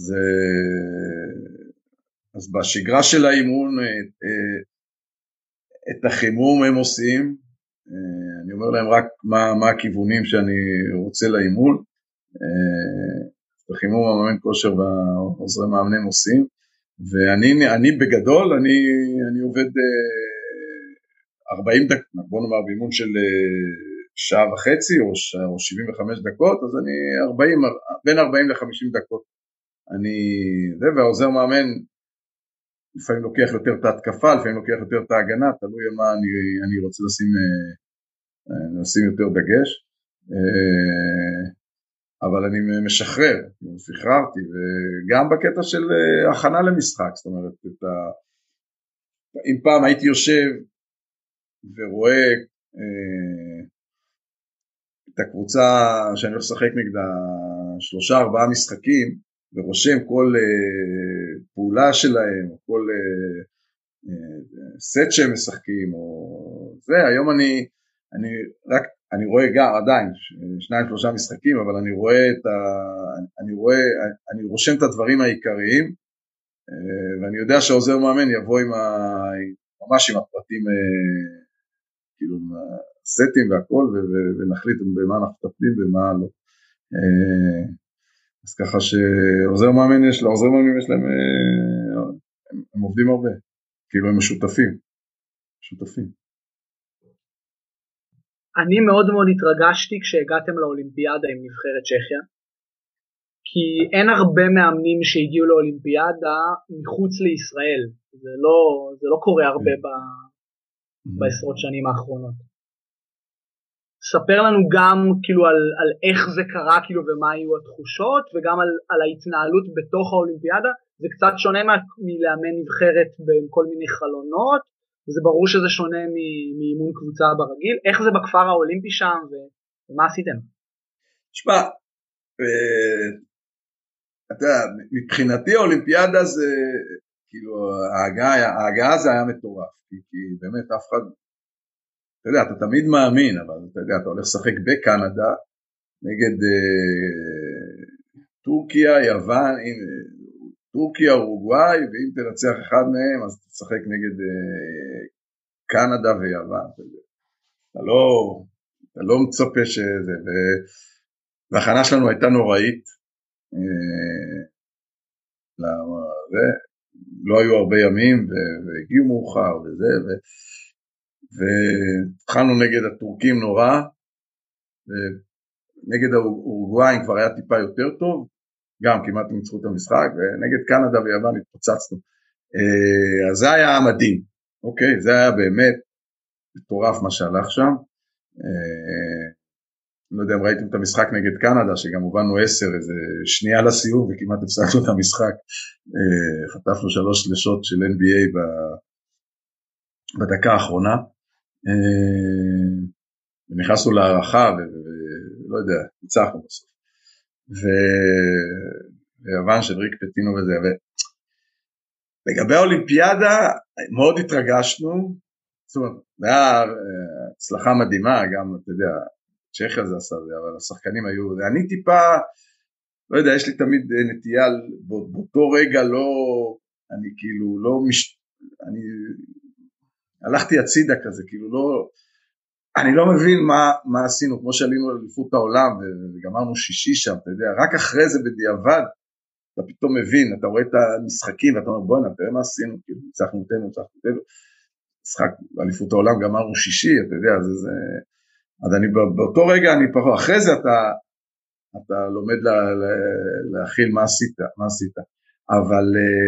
אז בשגרה של האימון, את, את החימום הם עושים, אני אומר להם רק מה, מה הכיוונים שאני רוצה לאימון, בחימום המאמן כושר והעוזרי מאמנים עושים, ואני אני בגדול, אני, אני עובד ארבעים דקות, בוא נאמר באימון של שעה וחצי או, או שבעים וחמש דקות, אז אני ארבעים, בין ארבעים לחמישים דקות, אני, זה, והעוזר מאמן לפעמים לוקח יותר את ההתקפה, לפעמים לוקח יותר את ההגנה, תלוי מה אני, אני רוצה לשים, לשים יותר דגש, אבל אני משחרר, שחררתי, וגם בקטע של הכנה למשחק, זאת אומרת, את ה... אם פעם הייתי יושב ורואה אה, את הקבוצה שאני הולך לשחק נגדה שלושה ארבעה משחקים, ורושם כל uh, פעולה שלהם, או כל uh, uh, סט שהם משחקים, או זה, היום אני, אני רק, אני רואה גם עדיין, שניים שלושה משחקים, אבל אני רואה את ה, אני רואה, אני רושם את הדברים העיקריים, uh, ואני יודע שהעוזר מאמן יבוא עם ה, ממש עם הפרטים, uh, כאילו, עם הסטים והכל, ו, ו, ונחליט במה אנחנו מטפלים, ומה לא. Uh, אז ככה שעוזר מאמן יש לה, עוזר מאמן יש להם, הם, הם עובדים הרבה, כאילו הם משותפים, משותפים. אני מאוד מאוד התרגשתי כשהגעתם לאולימפיאדה עם נבחרת צ'כיה, כי אין הרבה מאמנים שהגיעו לאולימפיאדה מחוץ לישראל, זה לא, זה לא קורה הרבה ב, בעשרות שנים האחרונות. ספר לנו גם כאילו על, על איך זה קרה כאילו ומה היו התחושות, וגם על, על ההתנהלות בתוך האולימפיאדה. זה קצת שונה מלאמן נבחרת בכל מיני חלונות, וזה ברור שזה שונה מאימון קבוצה ברגיל. איך זה בכפר האולימפי שם ומה עשיתם? תשמע, אתה יודע, מבחינתי האולימפיאדה זה כאילו ההגעה, ההגעה זה היה מטורף, כי, כי באמת אף אחד, אתה יודע, אתה תמיד מאמין, אבל אתה יודע, אתה הולך לשחק בקנדה, נגד אה, טורקיה, יוון, טורקיה, אורוגוואי, ואם תנצח אחד מהם, אז תשחק נגד אה, קנדה ויוון, אתה יודע. אתה לא, אתה לא מצפה שזה, ו... וההכנה שלנו הייתה נוראית, אה, למה, זה, לא היו הרבה ימים, ו... והגיעו מאוחר, וזה, ו... והתחלנו נגד הטורקים נורא, ונגד האורוגוואיים כבר היה טיפה יותר טוב, גם כמעט ניצחו את המשחק, ונגד קנדה ויוון התפוצצנו. אז זה היה מדהים, אוקיי, זה היה באמת מטורף מה שהלך שם. לא יודע אם ראיתם את המשחק נגד קנדה, שגם הובנו עשר, איזה שנייה לסיום, וכמעט הפסדנו את המשחק, חטפנו שלוש שלשות של אן בי איי בדקה האחרונה, ונכנסנו להערכה, ולא יודע, ניצחנו בסוף. ויוון של ריק פטינו וזה, ולגבי האולימפיאדה, מאוד התרגשנו, זאת אומרת, זה היה הצלחה מדהימה, גם, אתה יודע, צ'כיה זה עשה זה, אבל השחקנים היו, ואני טיפה, לא יודע, יש לי תמיד נטייה, באותו רגע לא, אני כאילו, לא מש... אני... הלכתי הצידה כזה, כאילו לא, אני לא מבין מה, מה עשינו, כמו שעלינו לאליפות העולם, וגמרנו שישי שם, אתה יודע, רק אחרי זה בדיעבד, אתה פתאום מבין, אתה רואה את המשחקים, ואתה אומר, בואי, תראה מה עשינו, כאילו, ניצחנו אותנו, ניצחנו אותנו, משחק באליפות העולם, גמרנו שישי, אתה יודע, זה, זה, אז אני באותו רגע, אני פחות, אחרי זה אתה, אתה לומד לה, לה, להכיל מה עשית, מה עשית, אבל,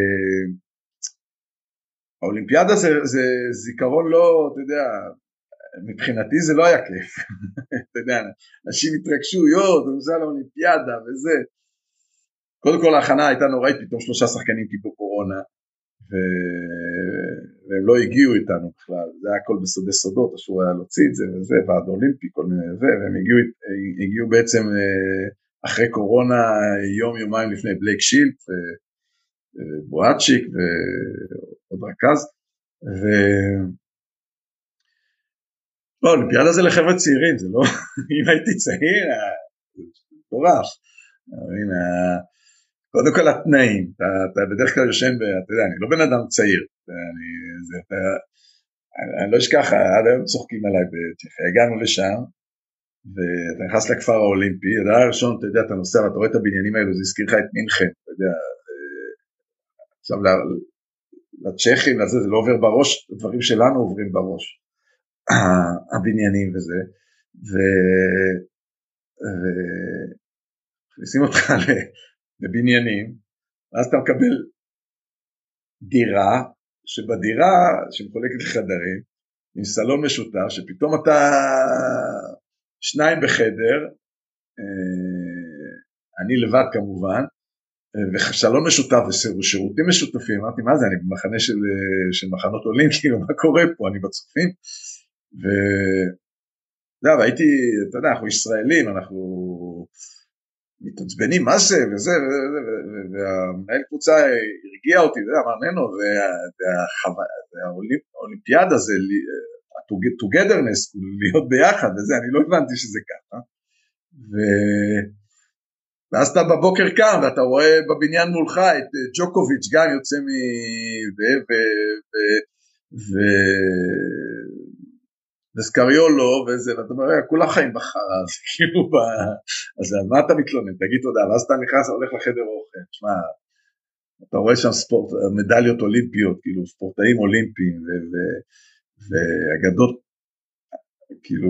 האולימפיאדה זה, זה זיכרון לא, אתה יודע, מבחינתי זה לא היה כיף, אתה יודע, אנשים התרגשו, יו, זה נוסע לאולימפיאדה וזה, קודם כל ההכנה הייתה נוראית, פתאום שלושה שחקנים קיבלו קורונה, ו... והם לא הגיעו איתנו בכלל, זה היה הכל בסודי סודות, אסור היה להוציא את זה וזה, ועד אולימפי, כל מיני זה, והם הגיעו, הגיעו בעצם אחרי קורונה, יום יומיים לפני בלייק שילט, ובואצ'יק, ועוד רכז, ו... לא, אולימפיאדה זה לחבר'ה צעירים, זה לא, אם הייתי צעיר, זה תורף, הנה, קודם כל התנאים, אתה, אתה בדרך כלל יושן, אתה יודע, אני לא בן אדם צעיר, אני, זה, אתה, אני לא אשכח, עד היום צוחקים עליי, הגענו לשם, ואתה נכנס לכפר האולימפי, הדבר הראשון, אתה יודע, אתה נוסע, ואתה רואה את הבניינים האלו, זה הזכיר לך את מינכן, אתה יודע, עכשיו לצ'כים, לזה, זה לא עובר בראש, הדברים שלנו עוברים בראש, הבניינים וזה, ו... ונכנסים אותך לבניינים, ואז אתה מקבל דירה, שבדירה, שמחולקת לחדרים, עם סלון משותף, שפתאום אתה שניים בחדר, אני לבד כמובן, וסלון משותף ושירותים משותפים, אמרתי מה זה, אני במחנה של, של מחנות עולים, כאילו מה קורה פה, אני בצופים, ו... יודע, והייתי, אתה יודע, אנחנו ישראלים, אנחנו מתעצבנים, מה זה, וזה, והמנהל קבוצה הרגיע אותי, אתה יודע, אמרנו, והאולימפיאדה זה, ה-togetherness, להיות ביחד, וזה, אני לא הבנתי שזה ככה, ואז אתה בבוקר קם, ואתה רואה בבניין מולך את ג'וקוביץ' גם יוצא מ... וסקריולו וזה, ואתה אומר, כולה חיים בחרה, אז כאילו, אז מה אתה מתלונן? תגיד תודה, ואז אתה נכנס, הולך לחדר אוכל, תשמע, אתה רואה שם ספורט, מדליות אולימפיות, כאילו, ספורטאים אולימפיים, ואגדות, כאילו,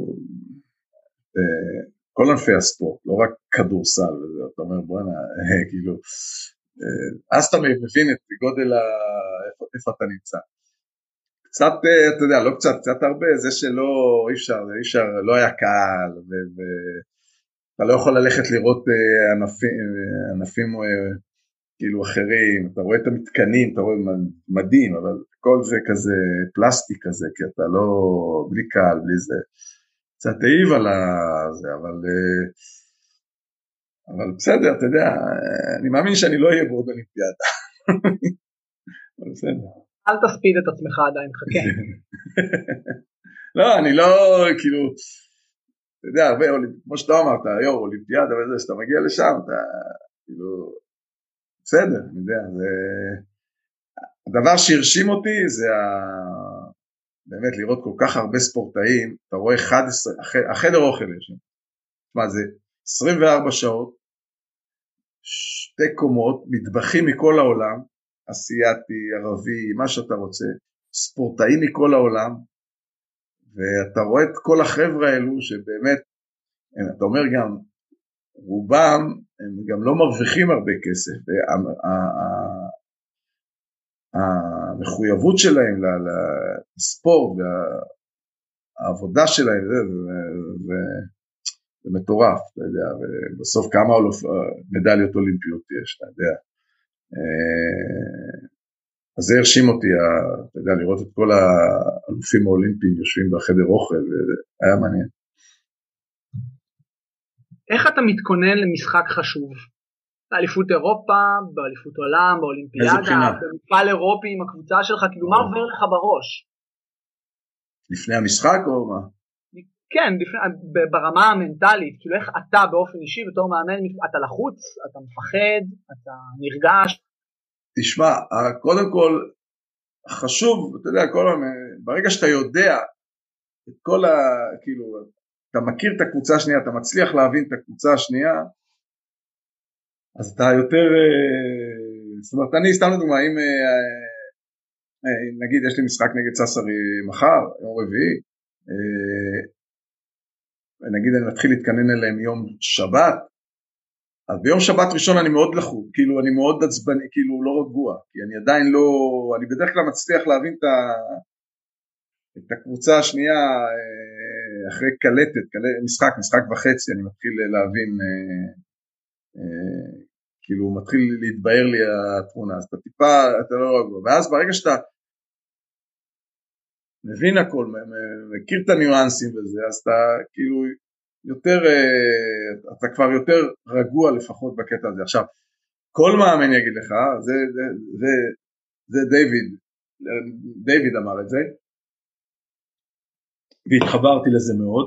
כל ענפי הספורט, לא רק כדורסל, וזה, אתה אומר, בוא נה, כאילו, אז אתה מבין את גודל, איפה אתה נמצא. קצת, אתה יודע, לא קצת, קצת הרבה, זה שלא, אי אפשר, אי אפשר, לא היה קהל, ואתה לא יכול ללכת לראות ענפים, ענפים כאילו אחרים, אתה רואה את המתקנים, אתה רואה מדהים, אבל כל זה כזה פלסטיק כזה, כי אתה לא, בלי קהל, בלי זה, קצת העיב על זה, אבל, אבל בסדר, אתה יודע, אני מאמין שאני לא אהיה בעוד אולימפיאדה, אבל בסדר. אל תספיד את עצמך עדיין, חכה. לא, אני לא, כאילו, אתה יודע, הרבה, כמו שאתה אמרת, היום אולימפיאדה וזה, שאתה מגיע לשם, אתה, כאילו, בסדר, אני יודע, זה, הדבר שהרשים אותי, זה ה, באמת לראות כל כך הרבה ספורטאים, אתה רואה אחד עשר, החדר אוכל יש, מה זה, עשרים וארבע שעות, שתי קומות, מטבחים מכל העולם, אסיאתי, ערבי, מה שאתה רוצה, ספורטאים מכל העולם, ואתה רואה את כל החבר'ה האלו שבאמת, אתה אומר גם, רובם הם גם לא מרוויחים הרבה כסף, המחויבות שלהם לספורט, והעבודה שלהם, זה מטורף, אתה יודע, ובסוף כמה מדליות אולימפיות יש, אתה יודע, אז זה הרשים אותי, אתה יודע, לראות את כל האלופים האולימפיים יושבים בחדר אוכל, והיה מעניין. איך אתה מתכונן למשחק חשוב? באליפות אירופה, באליפות עולם, באולימפיאדה, במפעל אירופי עם הקבוצה שלך, כאילו מה עובר לך בראש? לפני המשחק או מה? כן, ברמה המנטלית, כאילו איך אתה באופן אישי בתור מאמן, אתה לחוץ, אתה מפחד, אתה נרגש? תשמע, קודם כל חשוב, אתה יודע, כל, ברגע שאתה יודע את כל ה... כאילו, אתה מכיר את הקבוצה השנייה, אתה מצליח להבין את הקבוצה השנייה, אז אתה יותר, זאת אומרת, אני סתם לדוגמה, אם נגיד יש לי משחק נגד ססרי מחר, יום רביעי, ונגיד אני מתחיל להתכנן אליהם יום שבת, אז ביום שבת ראשון אני מאוד לחוץ, כאילו אני מאוד עצבני, כאילו לא רגוע, כי אני עדיין לא, אני בדרך כלל מצליח להבין את, ה, את הקבוצה השנייה אחרי קלטת, קלטת, משחק, משחק וחצי, אני מתחיל להבין, כאילו מתחיל להתבהר לי התמונה, אז אתה טיפה, אתה לא רגוע, ואז ברגע שאתה מבין הכל, מכיר את הניואנסים וזה, אז אתה כאילו יותר, אתה כבר יותר רגוע לפחות בקטע הזה. עכשיו, כל מאמן יגיד לך, זה, זה, זה, זה דיוויד, דיוויד אמר את זה, והתחברתי לזה מאוד.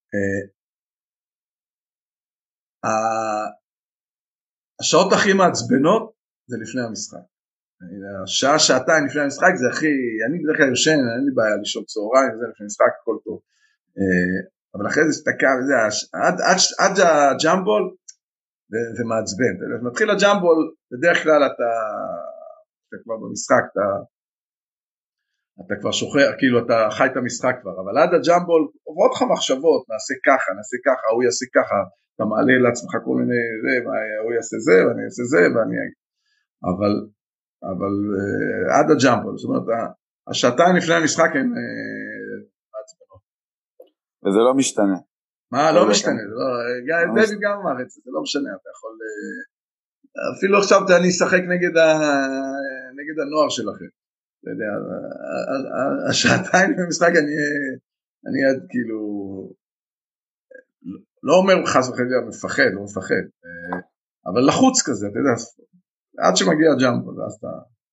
השעות הכי מעצבנות זה לפני המשחק. השעה, שעתיים לפני המשחק זה הכי, אני בדרך כלל יושן, אין לי בעיה לישון צהריים, זה לפני המשחק, הכל טוב. אבל אחרי זה שתקע, וזה, עד, עד, עד הג'אמבול, זה, זה מעצבן. מתחיל הג'אמבול, בדרך כלל אתה, אתה כבר במשחק, אתה, אתה כבר שוחרר, כאילו אתה חי את המשחק כבר, אבל עד הג'אמבול, עוברות לך מחשבות, נעשה ככה, נעשה ככה, הוא יעשה ככה, אתה מעלה לעצמך כל מיני, זה, הוא יעשה זה, ואני אעשה זה, ואני אגיד. אבל, אבל עד הג'אמבול, זאת אומרת, השעתיים לפני המשחק הם מעצבנות. וזה לא משתנה. מה, לא משתנה, דויד גם אמר את זה, זה לא משנה, אתה יכול, אפילו עכשיו אני אשחק נגד הנוער שלכם, אתה יודע, השעתיים במשחק אני עד כאילו, לא אומר חס וחלילה מפחד, לא מפחד, אבל לחוץ כזה, אתה יודע, עד שמגיע ג'מבו, ואז אתה...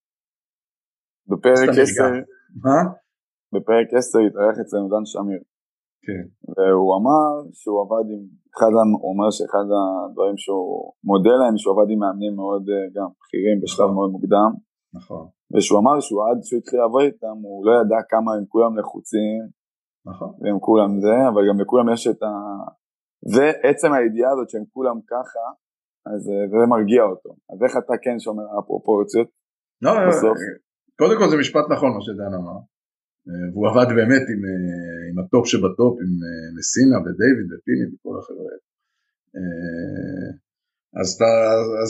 בפרק עשר, מה? בפרק עשר התארח אצלנו דן שמיר. כן. והוא אמר שהוא עבד עם, אחד, הוא אומר שאחד הדברים שהוא מודה להם, שהוא עבד עם מאמנים מאוד גם בכירים בשלב מאוד מוקדם. נכון. ושהוא אמר שהוא עד שהוא התחיל לעבוד איתם, הוא לא ידע כמה הם כולם לחוצים. נכון. והם כולם זה, אבל גם לכולם יש את ה... ועצם הידיעה הזאת שהם כולם ככה, אז זה מרגיע אותו. אז איך אתה כן שומר על הפרופורציות? לא, בסוף? קודם כל זה משפט נכון מה שדן אמר. והוא עבד באמת עם, עם הטופ שבטופ, עם מסינה ודייביד ופיני וכל החבר'ה. אז אתה, אז,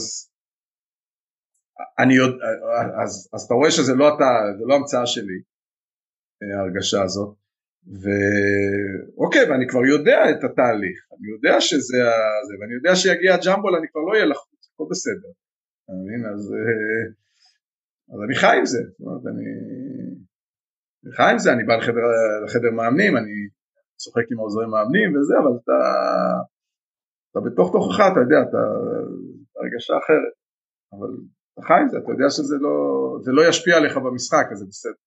אני יודע, אז, אז אתה רואה שזה לא אתה, זה לא המצאה שלי, ההרגשה הזאת. ואוקיי, ואני כבר יודע את התהליך, אני יודע שזה זה, ואני יודע שיגיע הג'מבול, אני כבר לא אהיה לחוץ, הכל בסדר. אני מבין, אז, אז אני חי עם זה, זאת אומרת, אני... חי עם זה, אני בא לחדר, לחדר מאמנים, אני צוחק עם העוזרים מאמנים וזה, אבל אתה, אתה בתוך תוכך, אתה יודע, אתה הרגשה אחרת, אבל אתה חי עם זה, אתה יודע שזה לא, זה לא ישפיע עליך במשחק, אז זה בסדר.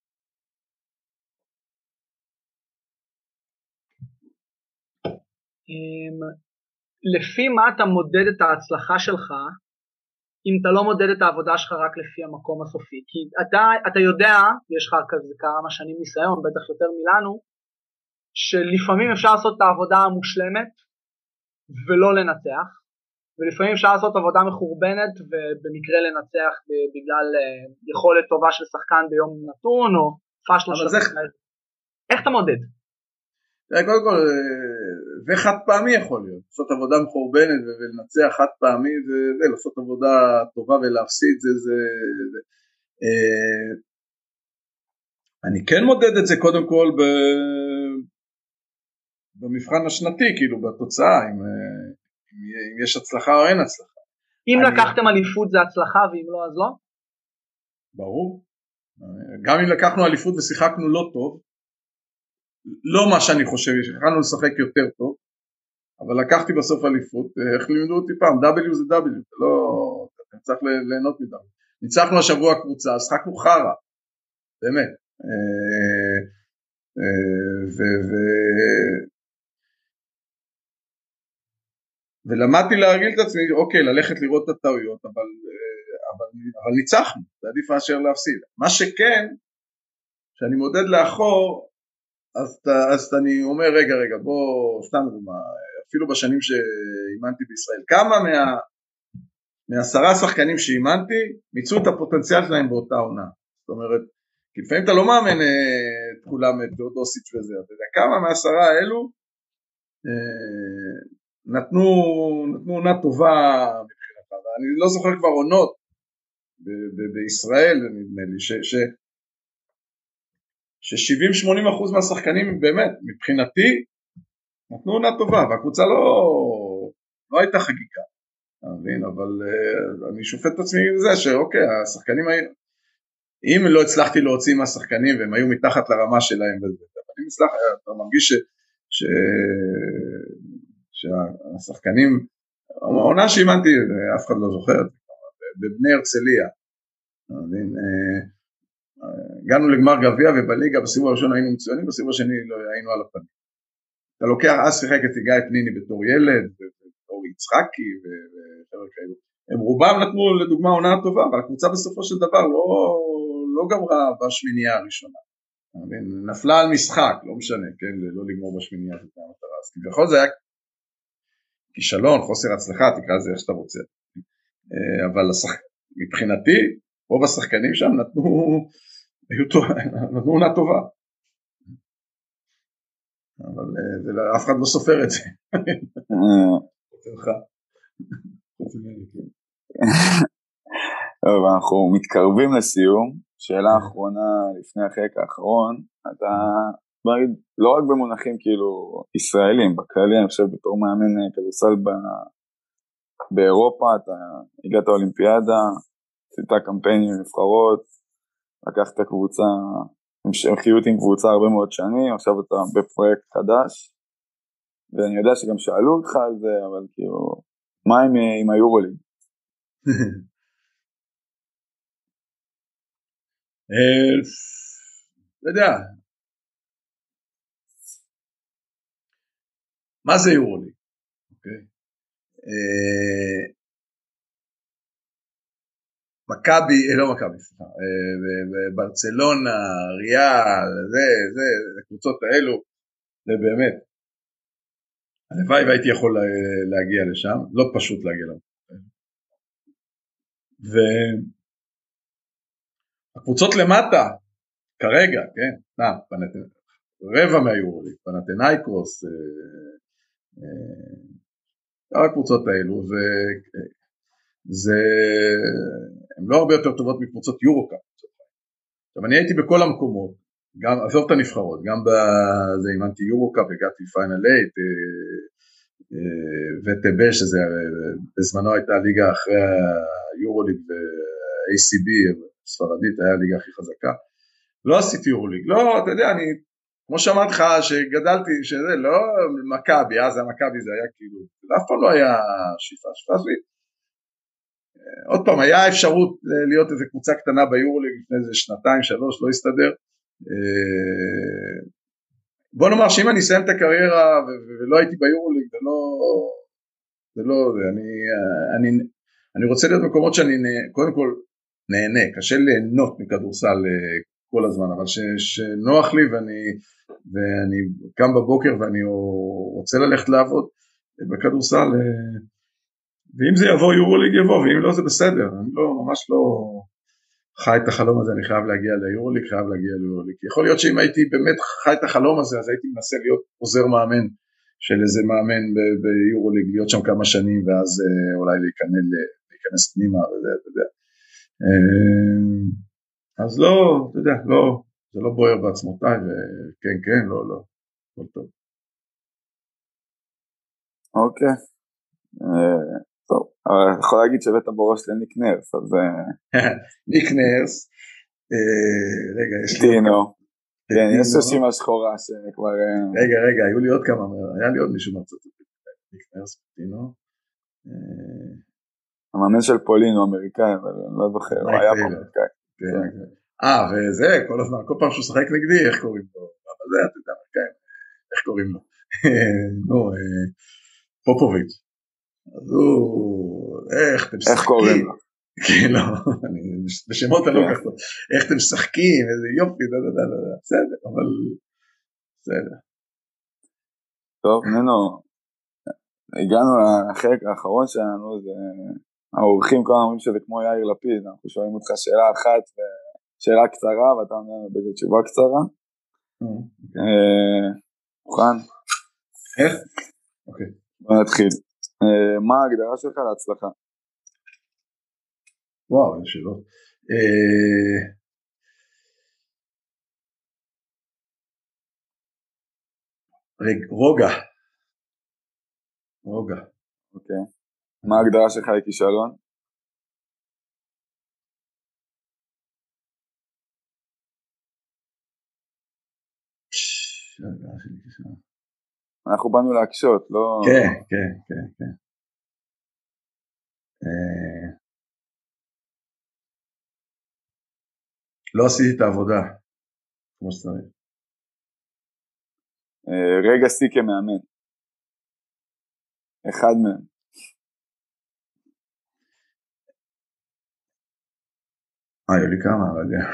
לפי מה אתה מודד את ההצלחה שלך, אם אתה לא מודד את העבודה שלך רק לפי המקום הסופי, כי אתה, אתה יודע, יש לך כזה כמה שנים ניסיון, בטח יותר מלנו, שלפעמים אפשר לעשות את העבודה המושלמת, ולא לנצח, ולפעמים אפשר לעשות עבודה מחורבנת, ובמקרה לנצח בגלל יכולת טובה של שחקן ביום נתון, או פשלה של שחקן. איך אתה מודד? קודם כל, זה חד פעמי יכול להיות, לעשות עבודה מחורבנת ולנצח חד פעמי, זה לעשות עבודה טובה ולהפסיד, זה, זה, זה. אני כן מודד את זה קודם כל במבחן השנתי, כאילו בתוצאה, אם, אם יש הצלחה או אין הצלחה. אם אני... לקחתם אליפות זה הצלחה, ואם לא אז לא? ברור, גם אם לקחנו אליפות ושיחקנו לא טוב, לא מה שאני חושב, יכולנו לשחק יותר טוב, אבל לקחתי בסוף אליפות, איך לימדו אותי פעם, W זה W, זה לא, אתה צריך ליהנות מדם. ניצחנו השבוע קבוצה, שחקנו חרה, באמת, ולמדתי להרגיל את עצמי, אוקיי, ללכת לראות את הטעויות, אבל, אבל, אבל ניצחנו, זה עדיף מאשר להפסיד. מה שכן, שאני מודד לאחור, אז, אז אני אומר, רגע, רגע, בוא, סתם דוגמה, אפילו בשנים שאימנתי בישראל, כמה מה, מעשרה שחקנים שאימנתי, מיצו את הפוטנציאל שלהם באותה עונה. זאת אומרת, כי לפעמים אתה לא מאמן את כולם, את תאודוסיץ' וזה, אתה יודע, כמה מעשרה האלו, נתנו, נתנו עונה טובה מבחינתה, ואני לא זוכר כבר עונות ב- ב- בישראל, נדמה לי, ש... ש ש-שבעים שמונים אחוז מהשחקנים באמת, מבחינתי, נתנו עונה טובה, והקבוצה לא, לא הייתה חגיגה, אתה מבין, אבל uh, אני שופט את עצמי עם זה, שאוקיי, השחקנים היו, אם לא הצלחתי להוציא מהשחקנים, והם היו מתחת לרמה שלהם, וזה, אבל אם הצלח, אתה מרגיש ש, ש, שהשחקנים, העונה שאימנתי, אף אחד לא זוכר, בבני הרצליה, אתה מבין, uh, הגענו לגמר גביע ובליגה בסיבוב הראשון היינו מצוינים, בסיבוב השני לא היינו על הפנים. אתה לוקח, אז שיחק את גיא פניני בתור ילד, בתור יצחקי וחבר'ה כאלו. הם רובם נתנו לדוגמה עונה טובה, אבל הקבוצה בסופו של דבר לא, לא גמרה בשמינייה הראשונה. נפלה על משחק, לא משנה, כן, לא לגמור בשמינייה הזאת המטרה. אז כביכול זה היה כישלון, חוסר הצלחה, תקרא לזה איך שאתה רוצה. אבל מבחינתי, רוב השחקנים שם נתנו נתנו עונה טובה, אבל אף אחד לא סופר את זה. טוב, אנחנו מתקרבים לסיום. שאלה אחרונה לפני החלק האחרון, אתה לא רק במונחים כאילו ישראלים, בכללי אני חושב בתור מאמן כדורסל באירופה, אתה הגעת לאולימפיאדה, עשית קמפיינים נבחרות, לקחת קבוצה, המשכיות עם קבוצה הרבה מאוד שנים, עכשיו אתה בפרויקט חדש, ואני יודע שגם שאלו אותך על זה, אבל כאילו, מה עם, עם היורוליג? אתה יודע, מה זה יורוליג? אוקיי. מכבי, לא מכבי, סליחה, ברצלונה, ריאל, זה, זה, הקבוצות האלו, זה באמת, הלוואי והייתי יכול להגיע לשם, לא פשוט להגיע להם. והקבוצות למטה, כרגע, כן, נע, רבע מהיורוליג, פנתנייקוס, הקבוצות האלו, וזה, הן לא הרבה יותר טובות מקבוצות יורוקאפ. עכשיו, אני הייתי בכל המקומות, גם, עזוב את הנבחרות, גם בזה אימנתי יורוקאפ, הגעתי פיינל אייט, וטב, שזה בזמנו הייתה הליגה אחרי היורוליג ו-איי סי בי, ספרדית, היה הליגה הכי חזקה. לא עשיתי יורוליג, לא, אתה יודע, אני, כמו שאמרתי לך, שגדלתי, שזה לא מכבי, אז המכבי זה היה כאילו, אף פעם לא היה שיפה, שיפה סביב. עוד פעם, היה אפשרות להיות איזו קבוצה קטנה ביורוליג, לפני איזה שנתיים, שלוש, לא הסתדר. בוא נאמר שאם אני אסיים את הקריירה ולא הייתי ביורוליג, זה לא, זה לא, אני, אני, אני רוצה להיות מקומות שאני קודם כל נהנה, קשה ליהנות מכדורסל כל הזמן, אבל ש, שנוח לי ואני, ואני קם בבוקר ואני רוצה ללכת לעבוד בכדורסל, ואם זה יבוא יורוליג יבוא, ואם לא זה בסדר, אני לא, ממש לא חי את החלום הזה, אני חייב להגיע ליורוליג, חייב להגיע ליורוליג. יכול להיות שאם הייתי באמת חי את החלום הזה, אז הייתי מנסה להיות עוזר מאמן של איזה מאמן ביורוליג, להיות שם כמה שנים, ואז אולי להיכנס, להיכנס פנימה, וזה, אתה יודע. אז לא, אתה יודע, לא, זה לא בוער בעצמותיי, וכן, כן, לא, לא, כל טוב. אוקיי. טוב, אבל אני יכול להגיד שבאת בראש לניק נרס, אז... ניק נרס, רגע, יש לי... טינו, כן, יש רשימה שחורה שכבר... רגע, רגע, היו לי עוד כמה, היה לי עוד מישהו מארצות הברית, ניק נרס, טינו. המאמן של פולין הוא אמריקאי, אבל אני לא זוכר, הוא היה פה אמריקאי. אה, וזה, כל הזמן, כל פעם שהוא שחק נגדי, איך קוראים לו? אבל זה, אתה יודע, איך קוראים לו? נו, פופוביץ'. אז הוא, איך אתם משחקים? איך קוראים לו? כן, לא, בשמות אני לא כך טוב. איך אתם משחקים, איזה יופי, בסדר, אבל בסדר. טוב, נינו, הגענו לחלק האחרון שלנו, זה האורחים כל אומרים שזה כמו יאיר לפיד, אנחנו שואלים אותך שאלה אחת, שאלה קצרה, ואתה עונה לנו בגלל תשובה קצרה. מוכן? איך? אוקיי. בוא נתחיל. מה ההגדרה שלך להצלחה? וואו, אין שאלות. רוגע. רוגע. אוקיי. מה ההגדרה שלך לכישלון? אנחנו באנו להקשות, לא... כן, כן, כן, כן. לא עשיתי את העבודה, כמו שצריך. רגע סי כמאמן. אחד מהם. אה, יהיו לי כמה, לא יודע.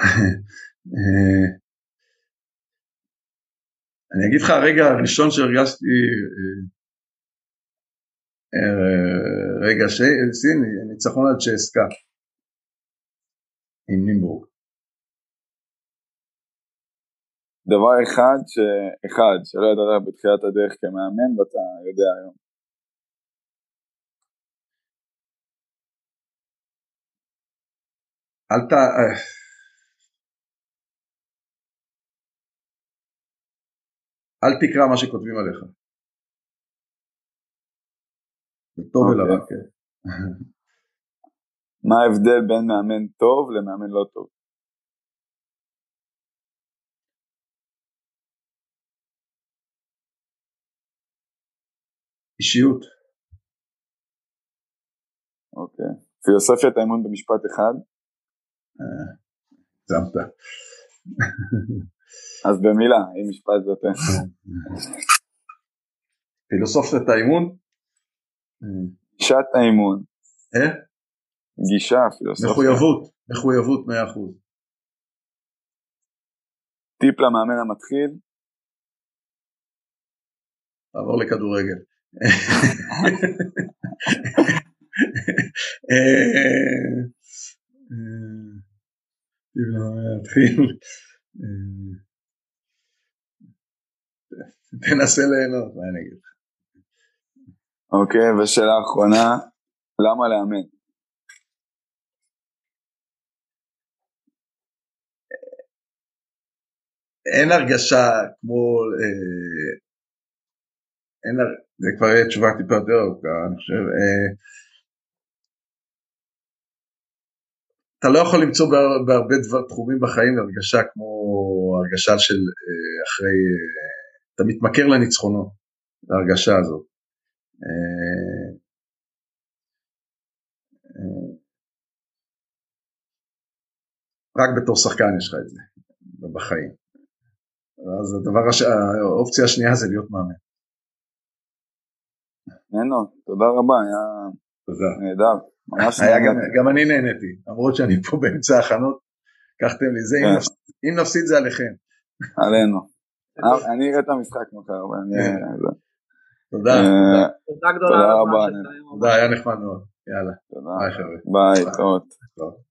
אני אגיד לך, הרגע הראשון שהרגשתי, רגע שיא, ניצחון על צ'סקה, עם נימבורג. דבר אחד, אחד, שלא ידעת בתחילת הדרך כמאמן, ואתה יודע היום. אל ת... אל תקרא מה שכותבים עליך. זה טוב ולרע, כן. מה ההבדל בין מאמן טוב למאמן לא טוב? אישיות. אוקיי. פילוסופיית האימון במשפט אחד? זמת. אז במילה, אם משפט זאת. פילוסופיית האימון? גישת האימון. אה? גישה, פילוסופיה. מחויבות, מחויבות מאה אחוז. טיפ למאמן המתחיל? לעבור לכדורגל. טיפ למאמן המתחיל. תנסה ליהנות, מה אני אגיד? אוקיי, ושאלה האחרונה, למה לאמן? אין הרגשה כמו, אין, זה כבר יהיה תשובה טיפה יותר ארוכה, אני חושב, אתה לא יכול למצוא בהרבה דבר תחומים בחיים הרגשה כמו הרגשה של אחרי, אתה מתמכר לניצחונות, להרגשה הזאת. רק בתור שחקן יש לך את זה בחיים. אז הדבר, האופציה השנייה זה להיות מאמן. נהנו, תודה רבה, היה נהדר. גם אני נהניתי, למרות שאני פה באמצע החנות, קחתם לי זה, אם נפסיד זה עליכם. עלינו. אני אראה את המשחק מחר. תודה. תודה גדולה. תודה רבה. תודה, היה נחמד מאוד. יאללה. ביי, טוב.